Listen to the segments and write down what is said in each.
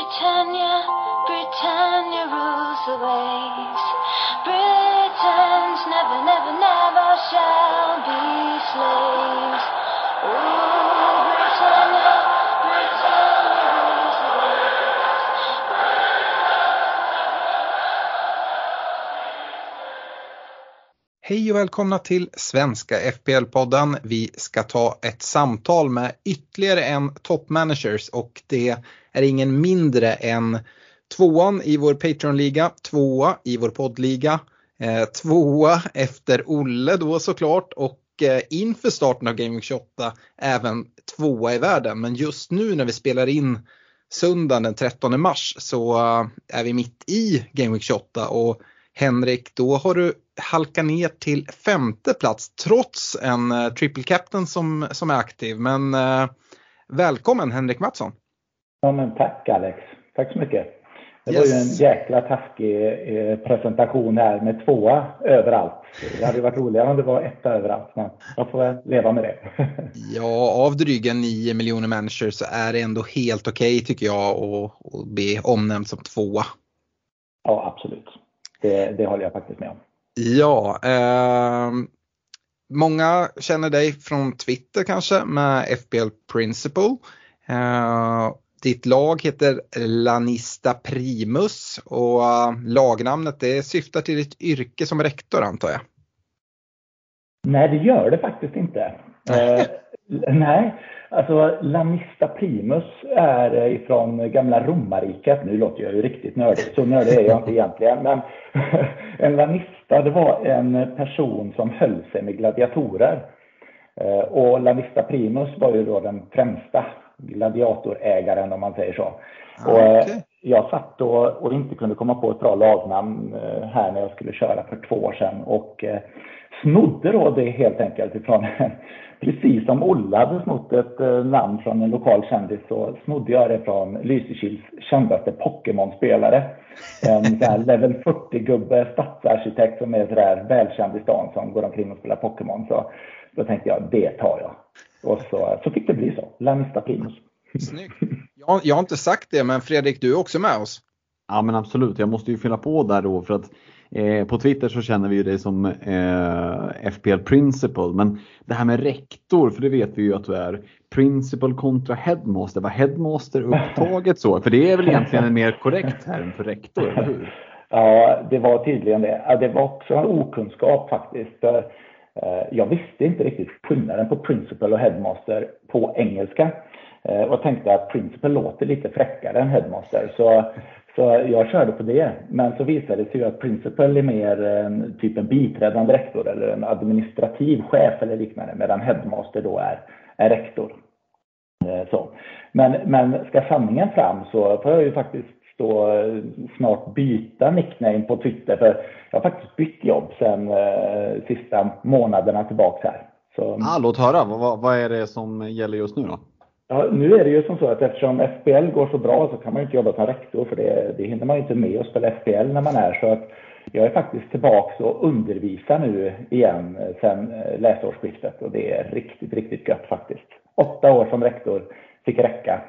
Britannia, Britannia rules the waves. Britons never, never, never shall be slaves. Oh, Britannia, Britannia rules the waves. Hej och välkomna till Svenska FPL-podden. Vi ska ta ett samtal med ytterligare en toppmanagers och det är ingen mindre än tvåan i vår Patreon-liga, tvåa i vår poddliga, tvåa efter Olle då såklart och inför starten av Game Week 28 även tvåa i världen. Men just nu när vi spelar in söndagen den 13 mars så är vi mitt i Game Week 28 och Henrik, då har du halkat ner till femte plats trots en triple captain som är aktiv. Men välkommen Henrik Mattsson. Ja men tack Alex, tack så mycket. Det var ju en jäkla taskig presentation här med tvåa överallt. Det hade varit roligare om det var ett överallt, men jag får väl leva med det. Ja, av dryga 9 miljoner människor så är det ändå helt okej tycker jag att bli omnämnd som tvåa. Ja, absolut. Det håller jag faktiskt med om. Ja, många känner dig från Twitter kanske med FPL Principle. Ditt lag heter Lanista Primus och lagnamnet det syftar till ditt yrke som rektor antar jag. Nej, det gör det faktiskt inte. Nej, alltså Lanista Primus är ifrån gamla romarriket. Nu låter jag ju riktigt nördig, så nördig är jag inte egentligen. Men en Lanista, det var en person som höll sig med gladiatorer. Och Lanista Primus var ju då den främsta gladiatorägaren om man säger så. Och jag satt och inte kunde komma på ett bra lagnamn här när jag skulle köra för 2 år sedan. Och snodde då det helt enkelt ifrån, precis som Olle hade snott ett namn från en lokal kändis så snodde jag det från Lysekils kändaste Pokémon-spelare. En sån här level 40-gubbe stadsarkitekt som är sådär välkänd i stan som går omkring och spelar Pokémon. Så då tänkte jag, det tar jag. Och så fick det bli så. Lanista Primus. Snyggt. Jag har inte sagt det, men Fredrik, du är också med oss. Ja, men absolut. Jag måste ju fylla på där då för att på Twitter så känner vi ju dig som FPL Principle. Men det här med rektor, för det vet vi ju att du är. Principal kontra headmaster. Var headmaster upptaget så? För det är väl egentligen en mer korrekt term för rektor, eller hur? Ja, det var tydligen det. Ja, det var också en okunskap faktiskt. Jag visste inte riktigt skillnaden på principal och headmaster på engelska. Och tänkte att principal låter lite fräckare än headmaster. Så jag körde på det. Men så visade det sig att principal är mer typ en biträdande rektor eller en administrativ chef eller liknande. Medan headmaster då är rektor. Så. Men ska sanningen fram så får jag ju faktiskt snart byta nickname på Twitter. För jag har faktiskt bytt jobb sen sista månaderna tillbaka här. Så, låt höra. Vad är det som gäller just nu då? Ja, nu är det ju som så att eftersom FPL går så bra så kan man ju inte jobba som rektor. För det hinner man ju inte med att spela FPL när man är. Så att jag är faktiskt tillbaka och undervisar nu igen sen läsårsskiftet. Och det är riktigt, riktigt gött faktiskt. 8 år som rektor fick räcka.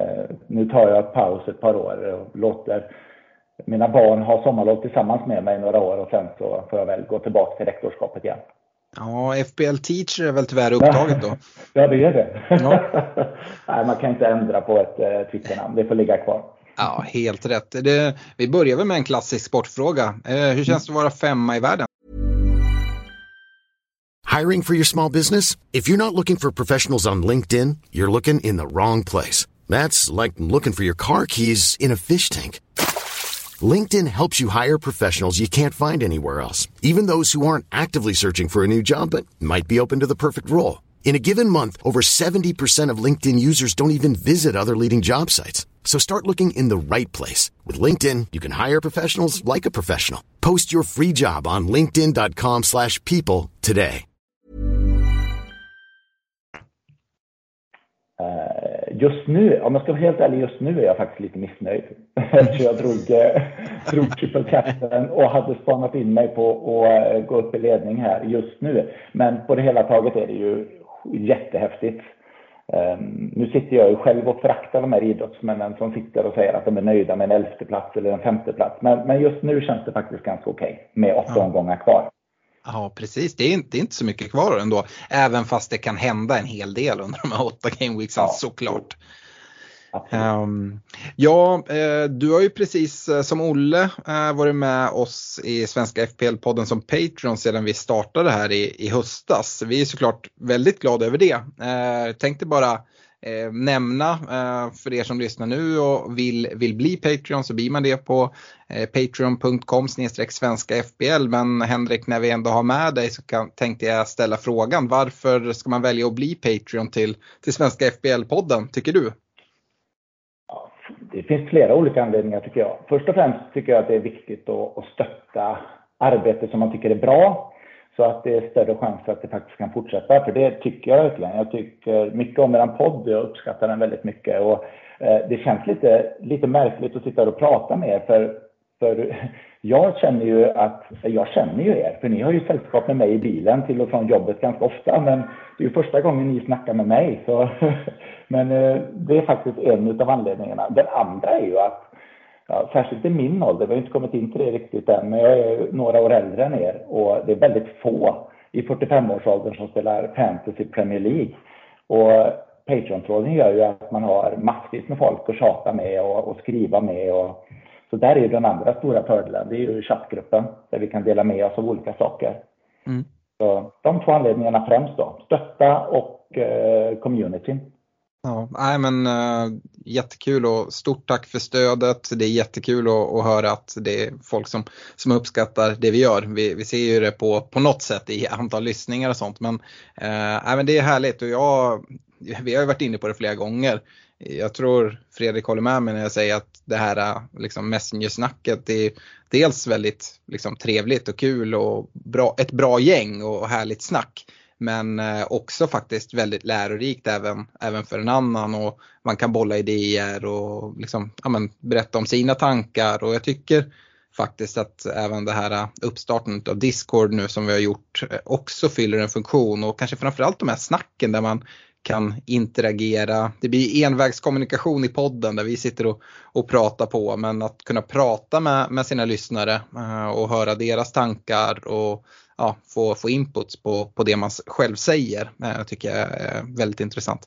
Nu tar jag paus ett par år och låter mina barn ha sommarlov tillsammans med mig några år. Och sen så får jag väl gå tillbaka till rektorskapet igen. Ja, FPL Teacher är väl tyvärr upptaget då. Ja, det är det. Ja. Nej, man kan inte ändra på ett Twitternamn. Det får ligga kvar. Ja, helt rätt. Vi börjar väl med en klassisk sportfråga. Hur känns det att vara 5 i världen? Hiring for your small business? If you're not looking for professionals on LinkedIn, you're looking in the wrong place. That's like looking for your car keys in a fish tank. LinkedIn helps you hire professionals you can't find anywhere else, even those who aren't actively searching for a new job but might be open to the perfect role. In a given month, over 70% of LinkedIn users don't even visit other leading job sites. So start looking in the right place. With LinkedIn, you can hire professionals like a professional. Post your free job on linkedin.com/people today. Just nu, om jag ska vara helt ärlig, just nu är jag faktiskt lite missnöjd. Så jag drog triple captain och hade spanat in mig på att gå upp i ledning här just nu. Men på det hela taget är det ju jättehäftigt. Nu sitter jag ju själv och föraktar de här idrottsmännen som sitter och säger att de är nöjda med en 11:e plats eller en 5:e plats. Men just nu känns det faktiskt ganska okej med 8 omgångar kvar. Ja, precis. Det är inte så mycket kvar ändå. Även fast det kan hända en hel del under de här 8 gameweeksen, såklart. Du har ju precis som Olle varit med oss i Svenska FPL-podden som Patreon sedan vi startade här i höstas. Vi är såklart väldigt glada över det. Tänkte bara nämna för er som lyssnar nu och vill bli Patreon, så blir man det på patreon.com/svenska FPL. Men Henrik, när vi ändå har med dig så tänkte jag ställa frågan: varför ska man välja att bli Patreon till Svenska FPL-podden, tycker du? Det finns flera olika anledningar tycker jag. Först och främst tycker jag att det är viktigt att stötta arbete som man tycker är bra, så att det är större chans att det faktiskt kan fortsätta. För det tycker jag verkligen. Jag tycker mycket om er podd, jag uppskattar den väldigt mycket. Och det känns lite märkligt att sitta och prata med er. För jag känner ju er. För ni har ju sällskap med mig i bilen till och från jobbet ganska ofta. Men det är ju första gången ni snackar med mig. Så men det är faktiskt en av anledningarna. Den andra är ju att, särskilt i min ålder, vi har inte kommit in till det riktigt än, men jag är några år äldre än er. Och det är väldigt få i 45-årsåldern som spelar Fantasy Premier League. Och Patreon-tråden gör ju att man har massvis med folk att tjata med och skriva med. Så där är ju den andra stora fördelen. Det är ju chattgruppen där vi kan dela med oss av olika saker. Så de 2 anledningarna främst då. Stötta och communityn. Ja, jättekul och stort tack för stödet. Det är jättekul att höra att det är folk som uppskattar det vi gör. Vi ser ju det på något sätt i antal lyssningar och sånt. Men det är härligt, och vi har ju varit inne på det flera gånger. Jag tror Fredrik håller med mig när jag säger att det här liksom Messenger-snacket är dels väldigt liksom trevligt och kul och ett bra gäng och härligt snack. Men också faktiskt väldigt lärorikt även för en annan, och man kan bolla idéer och liksom, berätta om sina tankar. Och jag tycker faktiskt att även det här uppstarten av Discord nu som vi har gjort också fyller en funktion, och kanske framförallt de här snacken där man kan interagera. Det blir envägskommunikation i podden där vi sitter och pratar på, men att kunna prata med sina lyssnare och höra deras tankar och få inputs på det man själv säger, tycker jag är väldigt intressant.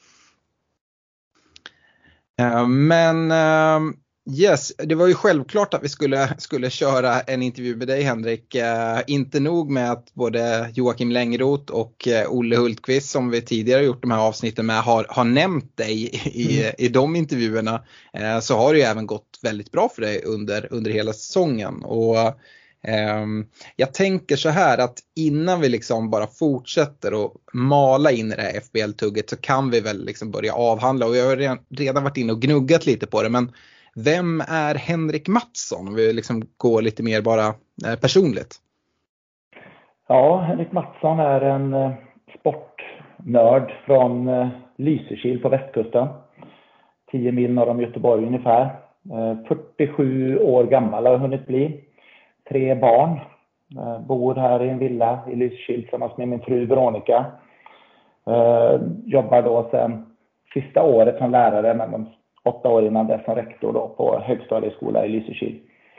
Yes, det var ju självklart att vi skulle köra en intervju med dig, Henrik. Inte nog med att både Joakim Längroth och Olle Hultqvist, som vi tidigare gjort de här avsnitten med, har nämnt dig i de intervjuerna, så har det ju även gått väldigt bra för dig under hela säsongen. Och jag tänker så här, att innan vi liksom bara fortsätter att mala in i det här FBL-tugget, så kan vi väl liksom börja avhandla, och jag har redan varit inne och gnuggat lite på det, men vem är Henrik Mattsson? Vi liksom går lite mer bara personligt. Ja, Henrik Mattsson är en sportnörd från Lysekil på västkusten. 10 mil norr om Göteborg ungefär. 47 år gammal har jag hunnit bli. 3 barn. Bor här i en villa i Lysekil tillsammans med min fru Veronica. Jobbar då sedan sista året som lärare, men de 8 år innan dess som rektor då på högstadieskola i Lysekil.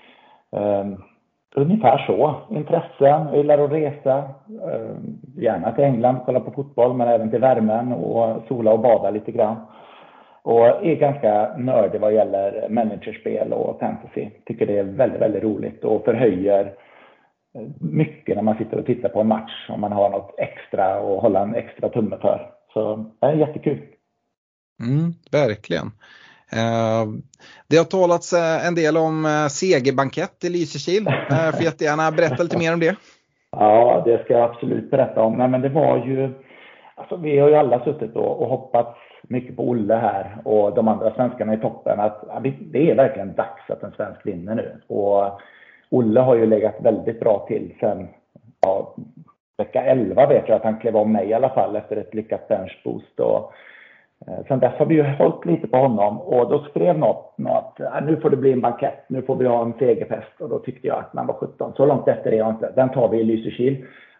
Ungefär så. Intressen, jag gillar att resa. Gärna till England, kolla på fotboll, men även till värmen och sola och bada lite grann. Och är ganska nördig vad gäller managerspel och fantasy. Tycker det är väldigt, väldigt roligt och förhöjer mycket när man sitter och tittar på en match. Om man har något extra och hålla en extra tumme för. Så det är jättekul. Verkligen. Det har talats en del om segerbankett i Lysekil. Får jättegärna berätta lite mer om det. Ja, det ska jag absolut berätta om. Nej, men det var ju, alltså, vi har ju alla suttit och hoppats mycket på Olle här och de andra svenskarna i toppen, att det är verkligen dags att en svensk vinner nu. Och Olle har ju legat väldigt bra till sen vecka 11, vet jag att han klev om mig i alla fall efter ett lyckat benchboost. Och sen dess har vi ju hållit lite på honom, och då skrev något nu får det bli en bankett, nu får vi ha en segerfest. Och då tyckte jag att man var 17, så långt efter det jag inte, den tar vi i Lysekil.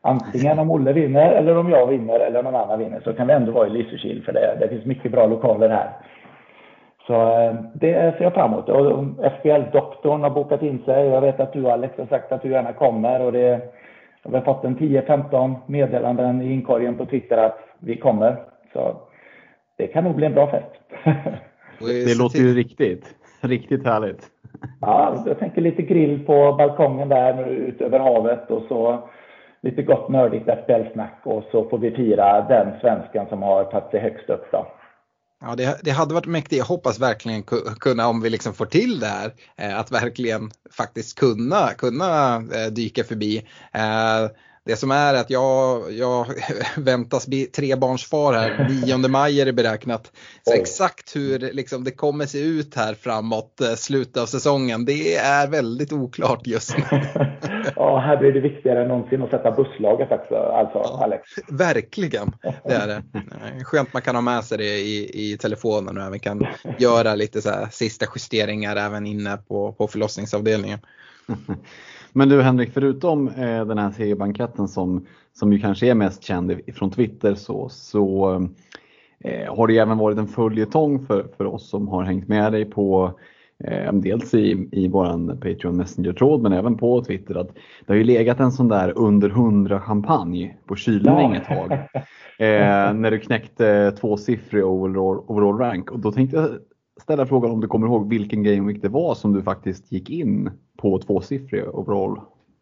Antingen om Olle vinner eller om jag vinner eller någon annan vinner så kan vi ändå vara i Lysekil för det finns mycket bra lokaler här. Så det ser jag fram emot. Och FPL-doktorn har bokat in sig. Jag vet att du, Alex, har sagt att du gärna kommer. Och vi har fått en 10-15 meddelanden i inkorgen på Twitter att vi kommer. Så det kan nog bli en bra fest. Det låter ju riktigt härligt. Ja, jag tänker lite grill på balkongen där ut över havet. Och så lite gott nördigt FPL-snack. Och så får vi fira den svenskan som har tagit sig högst upp då. Ja, det hade varit mäktigt. Jag hoppas verkligen kunna, om vi liksom får till det här, att verkligen faktiskt kunna dyka förbi. Det som är att jag väntas bli 3-barnsfar här. 9 maj är det beräknat. Så exakt hur liksom det kommer se ut här framåt slutet av säsongen, det är väldigt oklart just nu. Ja, här blir det viktigare än någonsin att sätta busslaget också, alltså, ja, Alex. Verkligen, det är det. Skönt man kan ha med sig det i telefonen och även kan göra lite så här sista justeringar även inne på förlossningsavdelningen. Men du Henrik, förutom den här seriebanketten som ju kanske är mest känd från Twitter så har det ju även varit en följetong för oss som har hängt med dig på dels i våran Patreon Messenger-tråd men även på Twitter att det har ju legat en sån där under 100 champagne på kylning ett tag. När du knäckte 2-siffrig overall rank. Och då tänkte jag ställa frågan om du kommer ihåg vilken game week det var som du faktiskt gick in på 2-siffrig overall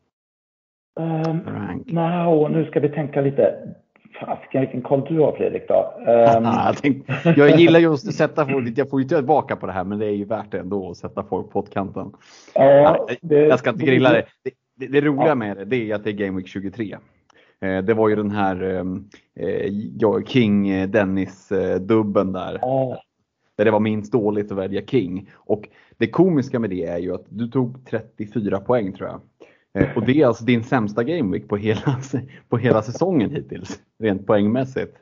rank. Nu ska vi tänka lite. Fasiken, vilken koll du har, Fredrik då? Jag gillar just att sätta folk, jag får ju tillbaka på det här men det är ju värt det ändå att sätta folk på pottkanten. Jag ska inte grilla det. Det roliga med det är att det är Game Week 23. Det var ju den här King Dennis dubben där. Där det var minst dåligt att välja King. Och det komiska med det är ju att du tog 34 poäng tror jag. Och det är alltså din sämsta Game Week på hela säsongen hittills. Rent poängmässigt.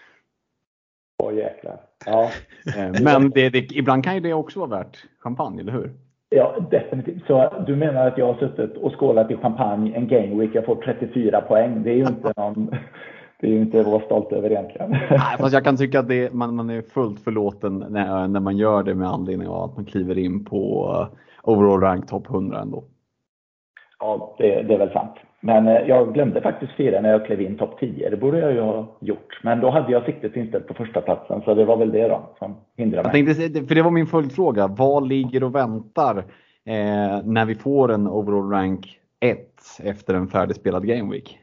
Jäklar. Ja. Men ibland kan ju det också vara värt champagne, eller hur? Ja, definitivt. Så du menar att jag har suttit och skålat i champagne en Game Week. Jag får 34 poäng. Det är ju inte det är ju inte vad stolt över egentligen. Nej, fast jag kan tycka att man är fullt förlåten när man gör det med anledning av att man kliver in på overall rank top 100 ändå. Ja, det är väl sant. Men jag glömde faktiskt fira när jag klev in topp 10. Det borde jag ju ha gjort. Men då hade jag siktet inställt på första platsen. Så det var väl det då som hindrade mig. Jag tänkte, för det var min följdfråga. Vad ligger och väntar när vi får en overall rank 1 efter en färdigspelad Game Week?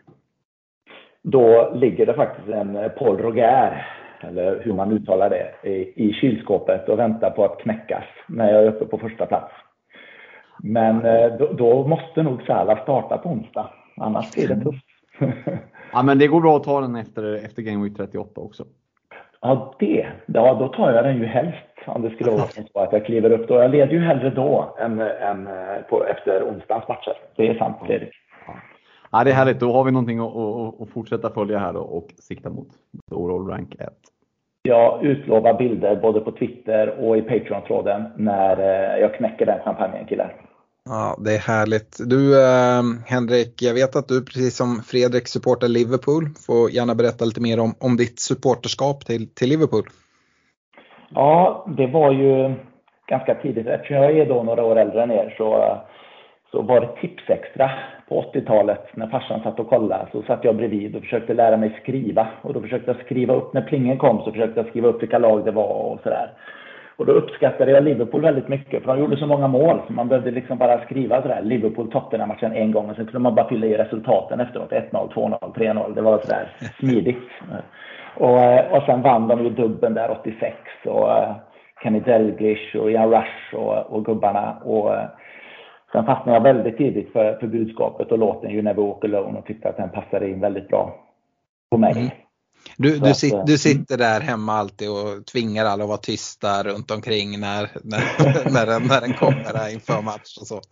Då ligger det faktiskt en Paul Roger, eller hur man uttalar det, i kylskåpet och väntar på att knäckas när jag är uppe på första plats. Men då måste nog Salah starta på onsdag. Annars blir det tufft. Ja, men det går bra att ta den efter Game Week 38 också. Ja, då tar jag den ju helst. Om det skulle vara så att jag kliver upp då. Jag leder ju hellre då än efter onsdagens matcher. Det är sant, Fredrik. Ja, det är härligt. Då har vi någonting att fortsätta följa här då och sikta mot overall rank 1. Jag utlovar bilder både på Twitter och i Patreon-tråden när jag knäcker den champagnen, killar. Ja, det är härligt. Du Henrik, jag vet att du precis som Fredrik supportar Liverpool. Får gärna berätta lite mer om ditt supporterskap till Liverpool. Ja, det var ju ganska tidigt. Eftersom jag är då några år äldre än er så var det Tipsextra på 80-talet när farsan satt och kollade. Så satt jag bredvid och försökte lära mig skriva. Och då försökte jag skriva upp, när plingen kom så försökte jag skriva upp vilka lag det var och sådär. Och då uppskattade jag Liverpool väldigt mycket. För de gjorde så många mål så man behövde liksom bara skriva sådär. Liverpool-Tottenham-matchen en gång och sen kunde man bara fylla i resultaten efteråt. 1-0, 2-0, 3-0. Det var sådär smidigt. Och sen vann de ju dubben där 86. Och Kenny Dalglish och Ian Rush och gubbarna. Och sen fastnade jag väldigt tidigt för budskapet och låten You Never Walk Alone och tyckte att den passade in väldigt bra på mig. Mm. Du sitter där hemma alltid och tvingar alla att vara tysta runt omkring när den kommer där inför match och så.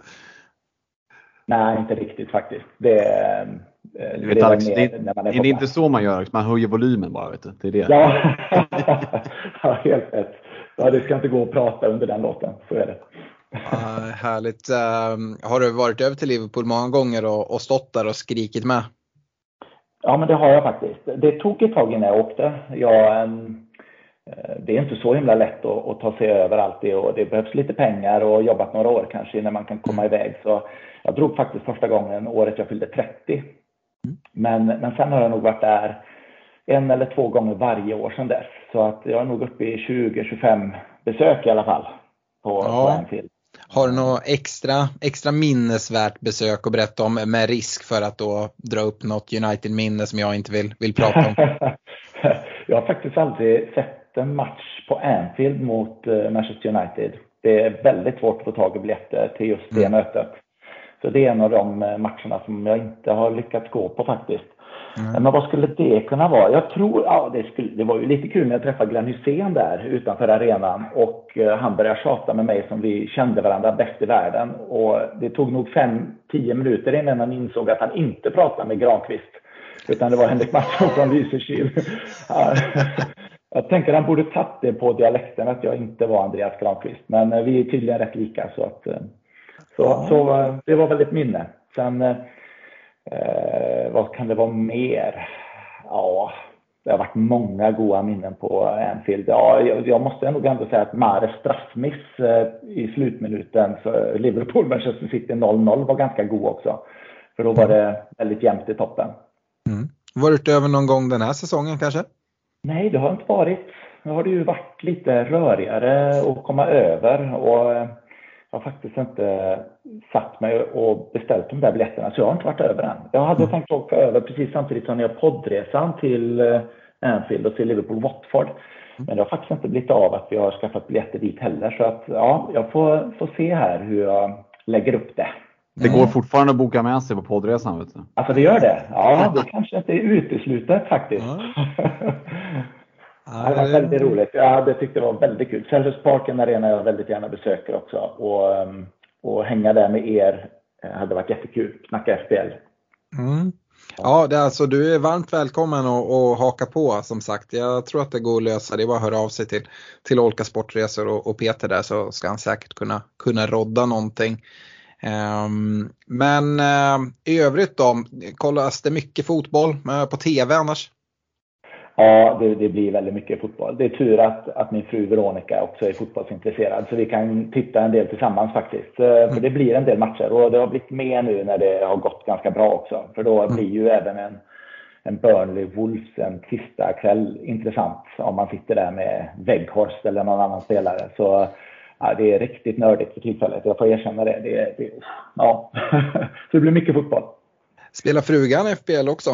Nej, inte riktigt faktiskt. Det är inte så man gör, man höjer volymen bara, vet du. Det är det. Ja, helt rätt. Ja, det ska inte gå att prata under den låten, så är det. Härligt. Har du varit över till Liverpool många gånger och stått där och skrikit med? Ja, men det har jag faktiskt. Det tog ett tag innan jag åkte. Det är inte så himla lätt att ta sig över alltid och det behövs lite pengar och jobbat några år kanske innan man kan komma iväg. Så jag drog faktiskt första gången året jag fyllde 30. Men sen har jag nog varit där 1 eller 2 gånger varje år sedan dess. Så att jag är nog uppe i 20-25 besök i alla fall på Anfield. Har du något extra minnesvärt besök att berätta om med risk för att då dra upp något United-minne som jag inte vill prata om? Jag har faktiskt aldrig sett en match på Anfield mot Manchester United. Det är väldigt svårt att få tag i biljetter till just det mötet. Så det är en av de matcherna som jag inte har lyckats gå på faktiskt. Men vad skulle det kunna vara? Jag tror, det var ju lite kul när jag träffade Glenn Hysén där utanför arenan. Och han började tjata med mig som vi kände varandra bäst i världen. Och det tog nog 5-10 minuter innan han insåg att han inte pratade med Granqvist. Utan det var Henrik Mattsson från Lysekil. Jag tänker att han borde tagit det på dialekten att jag inte var Andreas Granqvist. Men vi är tydligen rätt lika. Så det var väldigt minne. Sen... vad kan det vara mer? Ja, det har varit många goda minnen på Anfield. Ja, jag måste nog ändå säga att Mahrez straffmiss i slutminuten för Liverpool Manchester City 0-0 var ganska god också. För då var det väldigt jämnt i toppen. Var du utöver någon gång den här säsongen kanske? Nej, det har inte varit. Nu har det ju varit lite rörigare att komma över och jag har faktiskt inte satt mig och beställt de där biljetterna så jag har inte varit över än. Jag hade tänkt åka över precis samtidigt som jag poddresan till Anfield och till Liverpool Watford. Men det har faktiskt inte blivit av att vi har skaffat biljetter dit heller. Så att ja, jag får se här hur jag lägger upp det. Det går fortfarande att boka med sig på poddresan, vet du. Alltså det gör det? Ja, det kanske inte är uteslutet faktiskt. Det var väldigt roligt. Jag tyckte det var väldigt kul. Selhurst Park är en arena jag väldigt gärna besöker också. Och hänga där med er hade varit jättekul. Snacka FPL. Ja, du är varmt välkommen att haka på som sagt. Jag tror att det går att lösa. Det är bara att höra av sig till Olka Sportresor och Peter där så ska han säkert kunna rodda någonting. Men i övrigt då, kollas det mycket fotboll på tv annars? Ja, det blir väldigt mycket fotboll. Det är tur att min fru Veronica också är fotbollsintresserad så vi kan titta en del tillsammans faktiskt. För det blir en del matcher och det har blivit mer nu när det har gått ganska bra också. För då blir ju även en Burnley Wolves en sista kväll intressant om man sitter där med Weghorst eller någon annan spelare. Så ja, det är riktigt nördigt för tillfället. Jag får erkänna det. Så det blir mycket fotboll. Spelar frugan FPL också?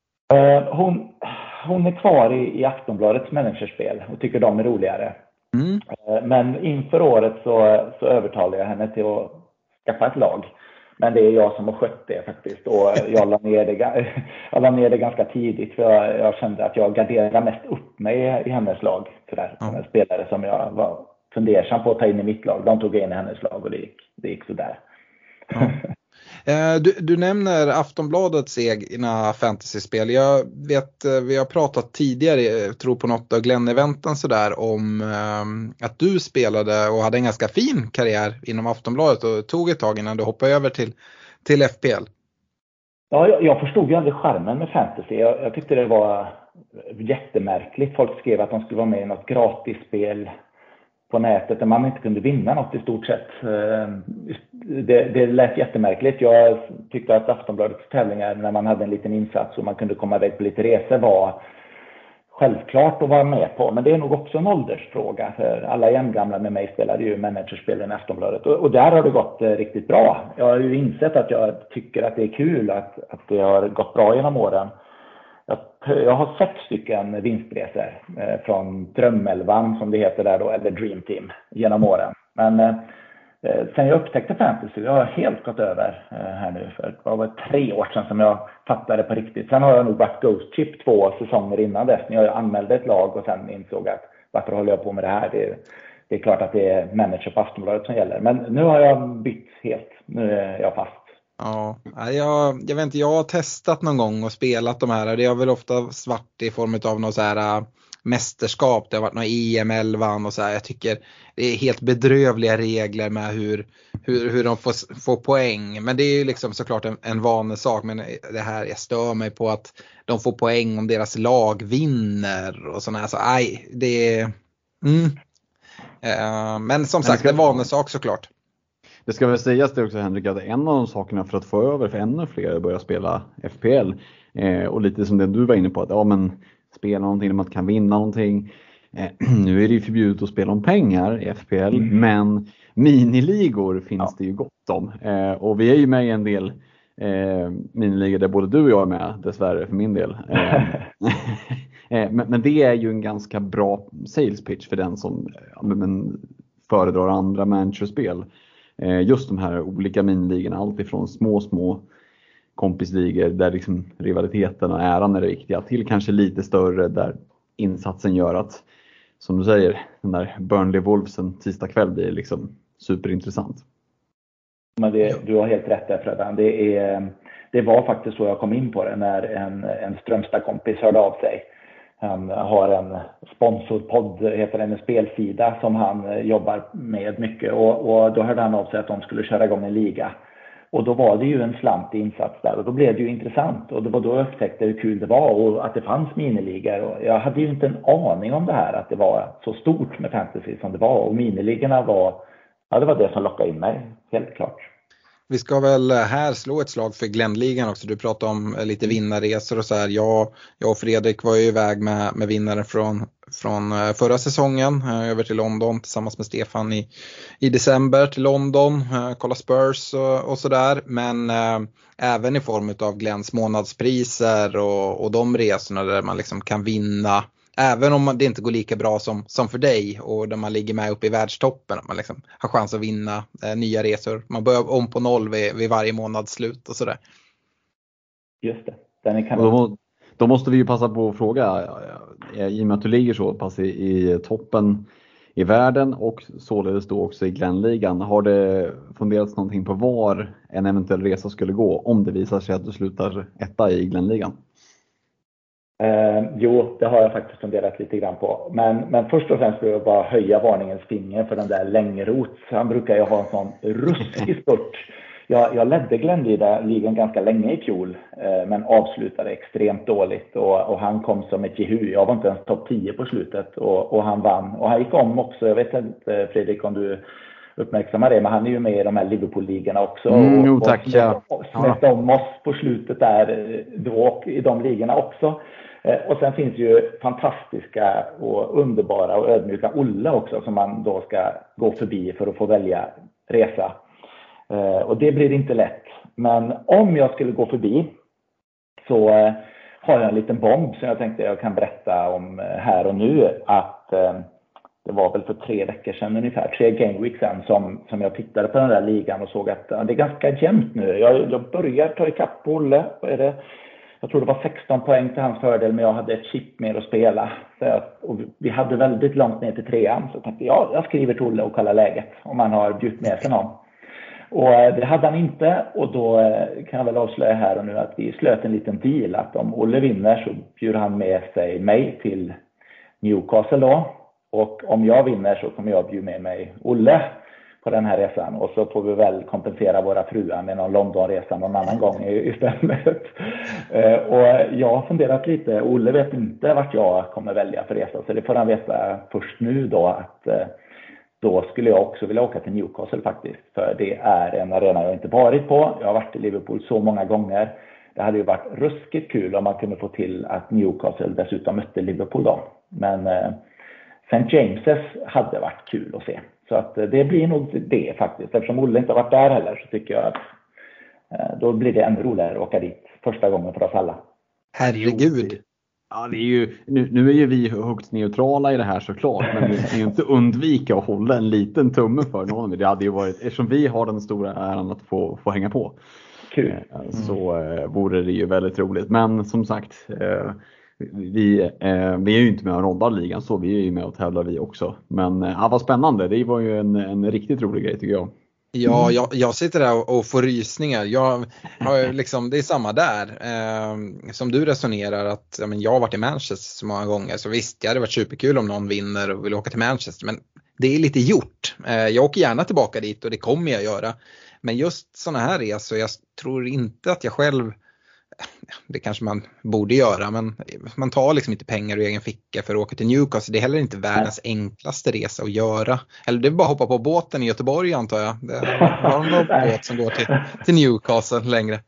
Hon är kvar i Aftonbladets managerspel och tycker de är roligare. Men inför året så övertalade jag henne till att skaffa ett lag. Men det är jag som har skött det faktiskt. Och jag la ner det ganska tidigt för jag kände att jag garderade mest upp mig i hennes lag. För en spelare som jag var fundersam på att ta in i mitt lag. De tog in i hennes lag och det gick sådär. Ja. Du nämner Aftonbladets egna fantasyspel. Jag vet, vi har pratat tidigare, jag tror på något av Glenn-eventen sådär, om att du spelade och hade en ganska fin karriär inom Aftonbladet och tog ett tag innan du hoppade över till FPL. Ja, jag förstod ju aldrig charmen med fantasy. Jag tyckte det var jättemärkligt. Folk skrev att de skulle vara med i något gratisspel på nätet där man inte kunde vinna något i stort sett. Det lät jättemärkligt. Jag tyckte att Aftonbladets tävlingar när man hade en liten insats och man kunde komma iväg på lite resor var självklart att vara med på. Men det är nog också en åldersfråga. För alla jämngamla med mig spelade ju managerspelen i Aftonbladet. Och där har det gått riktigt bra. Jag har ju insett att jag tycker att det är kul att det har gått bra genom åren. Jag har 6 stycken vinstresor från Drömelvan som det heter där då, eller Dream Team genom åren. Men sen jag upptäckte fantasy, jag har helt gått över här nu för det var 3 år sedan som jag fattade på riktigt. Sen har jag nog varit Ghost Chip 2 säsonger innan dess när jag anmälde ett lag och sen insåg att varför håller jag på med det här? Det är klart att det är manager på Aftonbladet som gäller. Men nu har jag bytt helt, nu är jag fast. Ja, jag vet inte, jag har testat någon gång och spelat de här. Det är väl ofta svart i form av någon så här mästerskap. Det har varit några EM11 och så här. Jag tycker det är helt bedrövliga regler med hur de får poäng. Men det är ju liksom såklart en vanesak. Men det här, jag stör mig på att de får poäng om deras lag vinner och sådana här. Så det är... Men som sagt, det är en vanesak såklart. Det ska väl sägas det också, Henrik, att en av de sakerna för att få över för ännu fler att börja spela FPL och lite som det du var inne på, att spela någonting där man kan vinna någonting. Nu är det ju förbjudet att spela om pengar i FPL, men miniligor finns det ju gott om. Och vi är ju med i en del miniligor där både du och jag är med, dessvärre för min del. Men det är ju en ganska bra sales pitch för den som föredrar andra managerspel. Just de här olika miniligorna, allt ifrån små kompisligor där liksom rivaliteten och äran är det viktiga, till kanske lite större där insatsen gör att, som du säger, den där Burnley Wolvesen tisdag kväll blir liksom superintressant. Men du har helt rätt där, Freddan. Det var faktiskt så jag kom in på det när en Strömstad-kompis hörde av sig. Han har en sponsorpodd, heter en spelsida som han jobbar med mycket, och då hörde han av sig att de skulle köra igång en liga. Och då var det ju en slant insats där, och då blev det ju intressant, och det var då jag upptäckte hur kul det var och att det fanns miniligor. Och jag hade ju inte en aning om det här, att det var så stort med fantasy som det var, och miniligorna det var det som lockade in mig, helt klart. Vi ska väl här slå ett slag för Glennligan också. Du pratade om lite vinnarresor och så här. Jag och Fredrik var ju iväg med vinnaren från förra säsongen över till London tillsammans med Stefan i december till London. Kolla Spurs och så där. Men även i form av Glenns månadspriser och de resorna där man liksom kan vinna. Även om det inte går lika bra som för dig och där man ligger med uppe i världstoppen, att man liksom har chans att vinna nya resor. Man börjar om på 0 vid varje månads slut och sådär. Just det. Den är då måste vi ju passa på att fråga, i och med att du ligger så pass i toppen i världen och således då också i Glennligan. Har det funderats någonting på var en eventuell resa skulle gå om det visar sig att du slutar etta i Glennligan? Jo, det har jag faktiskt funderat lite grann på. Men först och främst vill jag bara höja varningens finger för den där Längeroth. Han brukar ju ha en sån ruskig spurt. Jag ledde Glennligan ganska länge i fjol, men avslutade extremt dåligt. Och han kom som ett jehu. Jag var inte ens topp 10 på slutet och han vann. Och han gick om också. Jag vet inte, Fredrik, om du uppmärksammar det, men han är ju med i de här Liverpool-ligorna också. Och smätt om oss på slutet där då i de ligorna också. Och sen finns ju fantastiska och underbara och ödmjuka Olle också som man då ska gå förbi för att få välja resa. Och det blir inte lätt. Men om jag skulle gå förbi så har jag en liten bomb som jag tänkte jag kan berätta om här och nu. Att det var väl för 3 veckor sedan ungefär, 3 gameweeks sedan som jag tittade på den där ligan och såg att det är ganska jämnt nu. Jag börjar ta ikapp på Olle. Jag tror det var 16 poäng till hans fördel, men jag hade ett chip mer att spela. Och vi hade väldigt långt ner till 3an. Så jag tänkte, jag skriver till Olle och kollar läget om han har bjudit med sig någon. Och det hade han inte, och då kan jag väl avslöja här och nu att vi slöt en liten deal att om Olle vinner så bjuder han med sig mig till Newcastle då. Och om jag vinner så kommer jag bjuda med mig Olle på den här resan, och så får vi väl kompensera våra fruar med någon Londonresa någon annan gång istället. Och jag har funderat lite. Olle vet inte vart jag kommer välja för resa, så det får han veta först nu då, att då skulle jag också vilja åka till Newcastle faktiskt, för det är en arena jag inte varit på. Jag har varit i Liverpool så många gånger. Det hade ju varit ruskigt kul om man kunde få till att Newcastle dessutom mötte Liverpool då. Men St. James's hade varit kul att se. Så att det blir nog det faktiskt. Eftersom Olle inte har varit där heller så tycker jag att då blir det ännu roligare att åka dit första gången för oss alla. Herregud. Ja, det är ju, nu är ju vi högt neutrala i det här såklart, men vi kan ju inte undvika att hålla en liten tumme för någon. Det hade ju varit, eftersom vi har den stora äran att få hänga på. Kul. Så vore det ju väldigt roligt. Men som sagt, vi är ju inte med och roddar ligan, så vi är ju med och tävlar vi också. Men vad spännande, det var ju en riktigt rolig grej tycker jag. Ja, jag sitter där och får rysningar. Jag har liksom, det är samma där som du resonerar att jag har varit i Manchester så många gånger, så visst, det hade varit superkul om någon vinner och vill åka till Manchester, men det är lite gjort. Jag åker gärna tillbaka dit och det kommer jag göra. Men just såna här resor, jag tror inte att jag själv, det kanske man borde göra, men man tar liksom inte pengar ur egen ficka för att åka till Newcastle. Det är heller inte världens enklaste resa att göra. Eller det är bara att hoppa på båten i Göteborg, antar jag. Det är någon båt som går till Newcastle längre.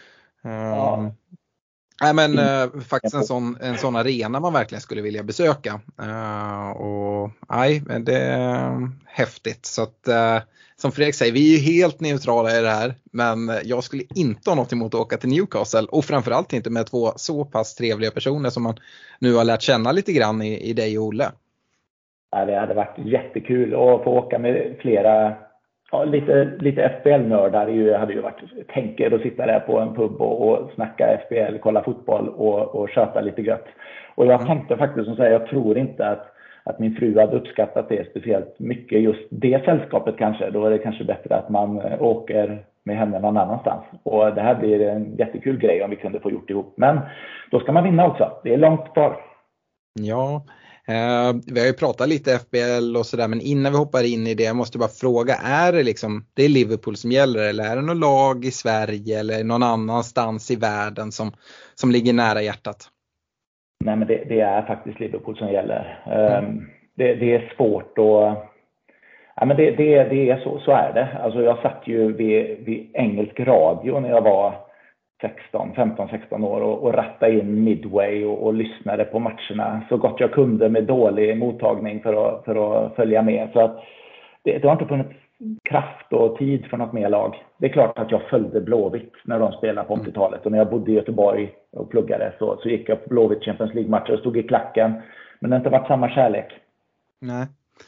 Nej, men faktiskt en sån arena man verkligen skulle vilja besöka. Och nej, det är häftigt. Så att som Fredrik säger, vi är ju helt neutrala i det här, men jag skulle inte ha något emot att åka till Newcastle, och framförallt inte med två så pass trevliga personer som man nu har lärt känna lite grann i dig och Olle. Ja, det hade varit jättekul att få åka med flera, lite FPL-nördar. Hade ju varit tänker att sitta där på en pub och snacka FPL, kolla fotboll och köta lite gött. Och jag tänkte faktiskt som säger, jag tror inte att min fru hade uppskattat det speciellt mycket, just det sällskapet kanske. Då är det kanske bättre att man åker med henne någon annanstans. Och det här blir en jättekul grej om vi kunde få gjort ihop. Men då ska man vinna också. Det är långt kvar. Ja, vi har ju pratat lite FBL och sådär, men innan vi hoppar in i det, jag måste bara fråga, är det liksom, det är Liverpool som gäller, eller är det något lag i Sverige eller någon annanstans i världen som ligger nära hjärtat? Nej, men det är faktiskt Liverpool som gäller. Det är svårt att... Ja, men det är så är det. Alltså jag satt ju vid engelsk radio när jag var 15-16 år och rattade in Midway och lyssnade på matcherna så gott jag kunde med dålig mottagning för att följa med. Så att det har inte funnits kraft och tid för något mer lag. Det är klart att jag följde Blåvitt när de spelade på 80-talet, och när jag bodde i Göteborg och pluggade så gick jag på Blåvitt Champions League-matcher och stod i klacken, men det har inte varit samma kärlek. Nej.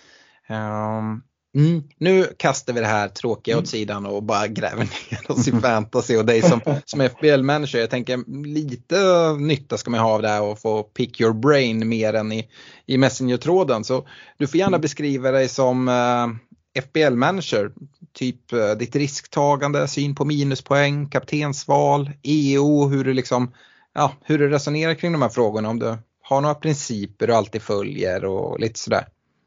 Nu kastar vi det här tråkiga åt sidan och bara gräver ner oss i fantasy och dig som FBL-manager. Jag tänker lite nytta ska man ha av det här och få pick your brain mer än i Messenger-tråden. Så du får gärna beskriva dig som FBL-manager, typ ditt risktagande, syn på minuspoäng, kaptensval, EO, hur du resonerar kring de här frågorna, om du har några principer du alltid följer och lite sådär.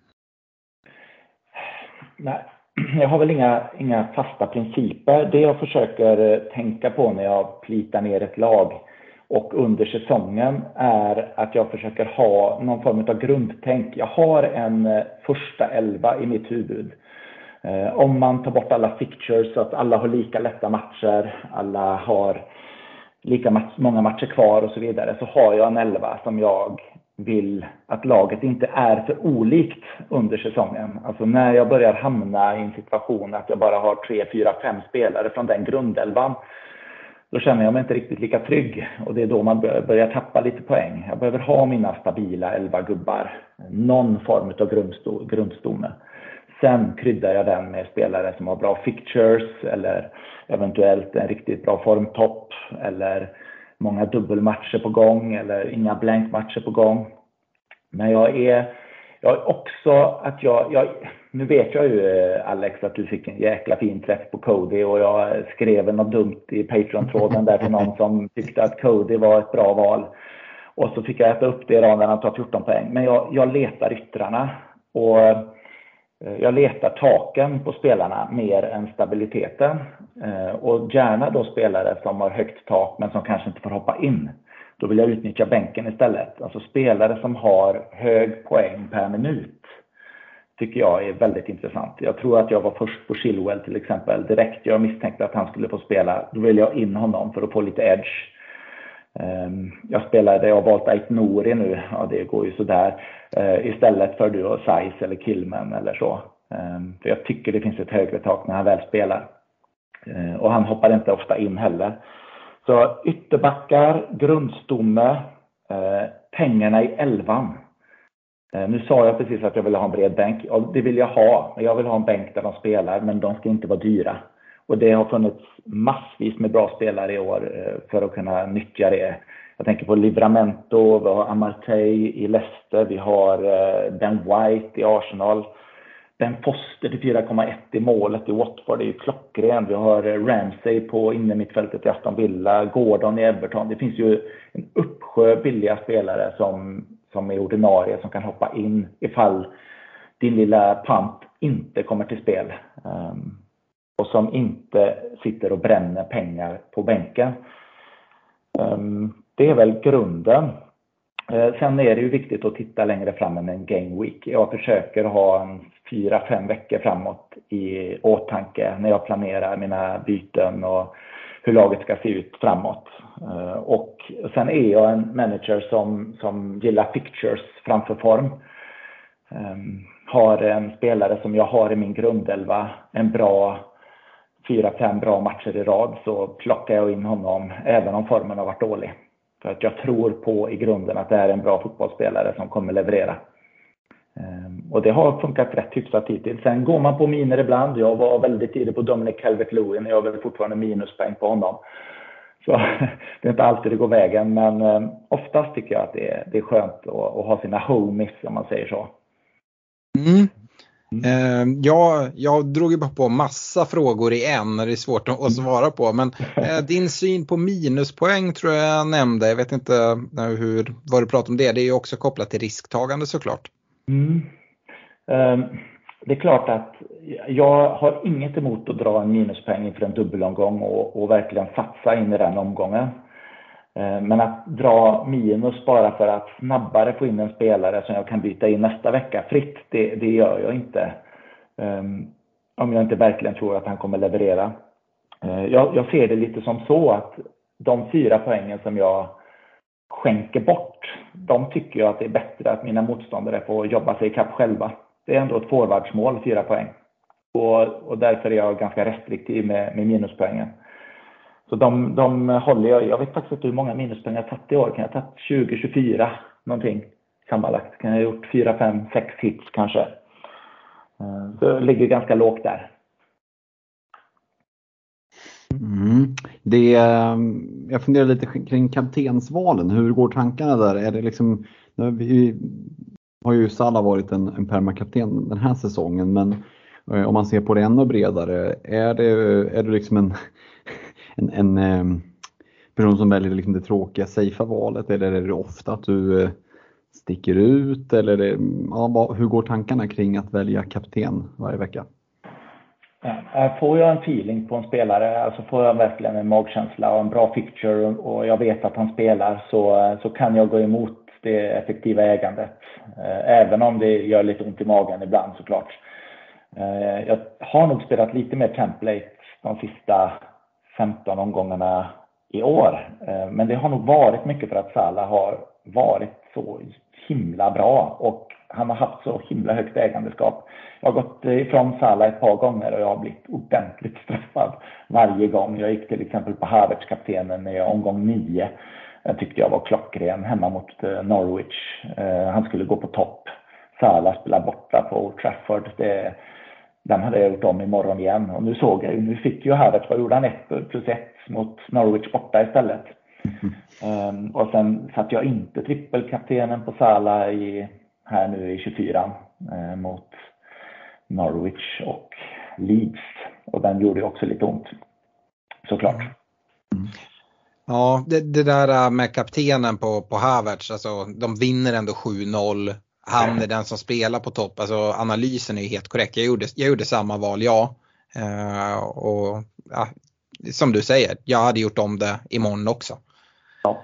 Nej, jag har väl inga fasta principer. Det jag försöker tänka på när jag plitar ner ett lag och under säsongen är att jag försöker ha någon form av grundtänk. Jag har en första 11 i mitt huvud. Om man tar bort alla fixtures så att alla har lika lätta matcher, alla har lika många matcher kvar och så vidare, så har jag en 11 som jag vill att laget inte är för olikt under säsongen. Alltså när jag börjar hamna i en situation att jag bara har 3, 4, 5 spelare från den grundelvan, då känner jag mig inte riktigt lika trygg. Och det är då man börjar tappa lite poäng. Jag behöver ha mina stabila 11 gubbar. Någon form av grundstomme. Sen kryddar jag den med spelare som har bra fixtures eller eventuellt en riktigt bra formtopp eller många dubbelmatcher på gång eller inga blankmatcher på gång. Men jag är också att jag nu vet jag ju, Alex, att du fick en jäkla fin träff på Cody, och jag skrev något dumt i Patreon-tråden där till någon som tyckte att Cody var ett bra val. Och så fick jag äta upp det idag när han tar 14 poäng. Men jag letar yttrarna och jag letar taken på spelarna mer än stabiliteten. Och gärna då spelare som har högt tak men som kanske inte får hoppa in. Då vill jag utnyttja bänken istället. Alltså spelare som har hög poäng per minut tycker jag är väldigt intressant. Jag tror att jag var först på Chilwell till exempel. Direkt jag misstänkte att han skulle få spela, då vill jag in honom för att få lite edge. Jag har valt Ait Nouri nu, ja det går ju sådär, istället för du och Saiz eller Kilman eller så. För jag tycker det finns ett högre tak när han väl spelar. Och han hoppar inte ofta in heller. Så ytterbackar, grundstomme, pengarna i 11. Nu sa jag precis att jag ville ha en bred bänk. Ja, det vill jag ha. Jag vill ha en bänk där de spelar, men de ska inte vara dyra. Och det har funnits massvis med bra spelare i år för att kunna nyttja det. Jag tänker på Livramento, vi har Amartey i Leicester, vi har Ben White i Arsenal. Ben Foster till 4,1 i målet i Watford är ju klockren. Vi har Ramsey på innermittfältet i Aston Villa, Gordon i Everton. Det finns ju en uppsjö billiga spelare som är ordinarie, som kan hoppa in ifall din lilla punt inte kommer till spel. Och som inte sitter och bränner pengar på bänken. Det är väl grunden. Sen är det ju viktigt att titta längre fram än en game week. Jag försöker ha 4-5 veckor framåt i åtanke när jag planerar mina byten och hur laget ska se ut framåt. Och sen är jag en manager som gillar fixtures framför form. Har en spelare som jag har i min grundelva en bra 4-5 bra matcher i rad, så plockar jag in honom även om formen har varit dålig. För att jag tror på i grunden att det är en bra fotbollsspelare som kommer leverera. Och det har funkat rätt hyfsat hittills. Sen går man på miner ibland. Jag var väldigt tidig på Dominic Calvert-Lewin. Jag har väl fortfarande minuspoäng på honom. Så det är inte alltid det går vägen. Men oftast tycker jag att det är skönt att ha sina homies, om man säger så. Jag drog ju bara på massa frågor i en när det är svårt att svara på. Men din syn på minuspoäng tror jag nämnde. Jag vet inte vad du pratar om det. Det är ju också kopplat till risktagande såklart. Det är klart att jag har inget emot att dra en minuspoäng inför en dubbelomgång och verkligen satsa in i den omgången. Men att dra minus bara för att snabbare få in en spelare som jag kan byta in nästa vecka fritt, det gör jag inte. Om jag inte verkligen tror att han kommer leverera. Jag ser det lite som så att de 4 poängen som jag skänker bort, de tycker jag att det är bättre att mina motståndare får jobba sig ikapp själva. Det är ändå ett forwardsmål, 4 poäng. Och därför är jag ganska restriktiv med minuspoängen. Så de håller jag vet faktiskt inte hur många minuspoäng jag har tagit i år. Kan jag ha tagit 20-24 någonting sammanlagt? Kan jag ha gjort 4-5-6 hits kanske? Så jag ligger ganska lågt där. Jag funderar lite kring kaptensvalen. Hur går tankarna där? Är det liksom, vi har ju Salah varit en permakapten den här säsongen, men om man ser på det ännu bredare, är det liksom en person som väljer liksom det tråkiga, safea valet, eller är det ofta att du sticker ut, eller hur går tankarna kring att välja kapten varje vecka? Får jag en feeling på en spelare, alltså får jag verkligen en magkänsla och en bra fixture och jag vet att han spelar, så kan jag gå emot det effektiva ägandet. Även om det gör lite ont i magen ibland såklart. Jag har nog spelat lite mer template de sista 15 omgångarna i år. Men det har nog varit mycket för att Salah har varit så himla bra och han har haft så himla högt ägandeskap. Jag har gått ifrån Salah ett par gånger och jag har blivit ordentligt straffad varje gång. Jag gick till exempel på Havertz-kaptenen i omgång 9. Jag tyckte jag var klockren hemma mot Norwich. Han skulle gå på topp. Salah spelar borta på Old Trafford. Den hade jag gjort om imorgon igen. Och nu såg jag ju, nu fick ju Havertz, vad gjorde han? 1+1 mot Norwich borta istället. Och sen satt jag inte trippelkaptenen på Salah här nu i 24 mot Norwich och Leeds. Och den gjorde ju också lite ont. Såklart. Ja, det där med kaptenen på Havertz, alltså de vinner ändå 7-0. Han är den som spelar på topp. Alltså analysen är ju helt korrekt. Jag gjorde samma val, och som du säger, jag hade gjort om det imorgon också. Ja.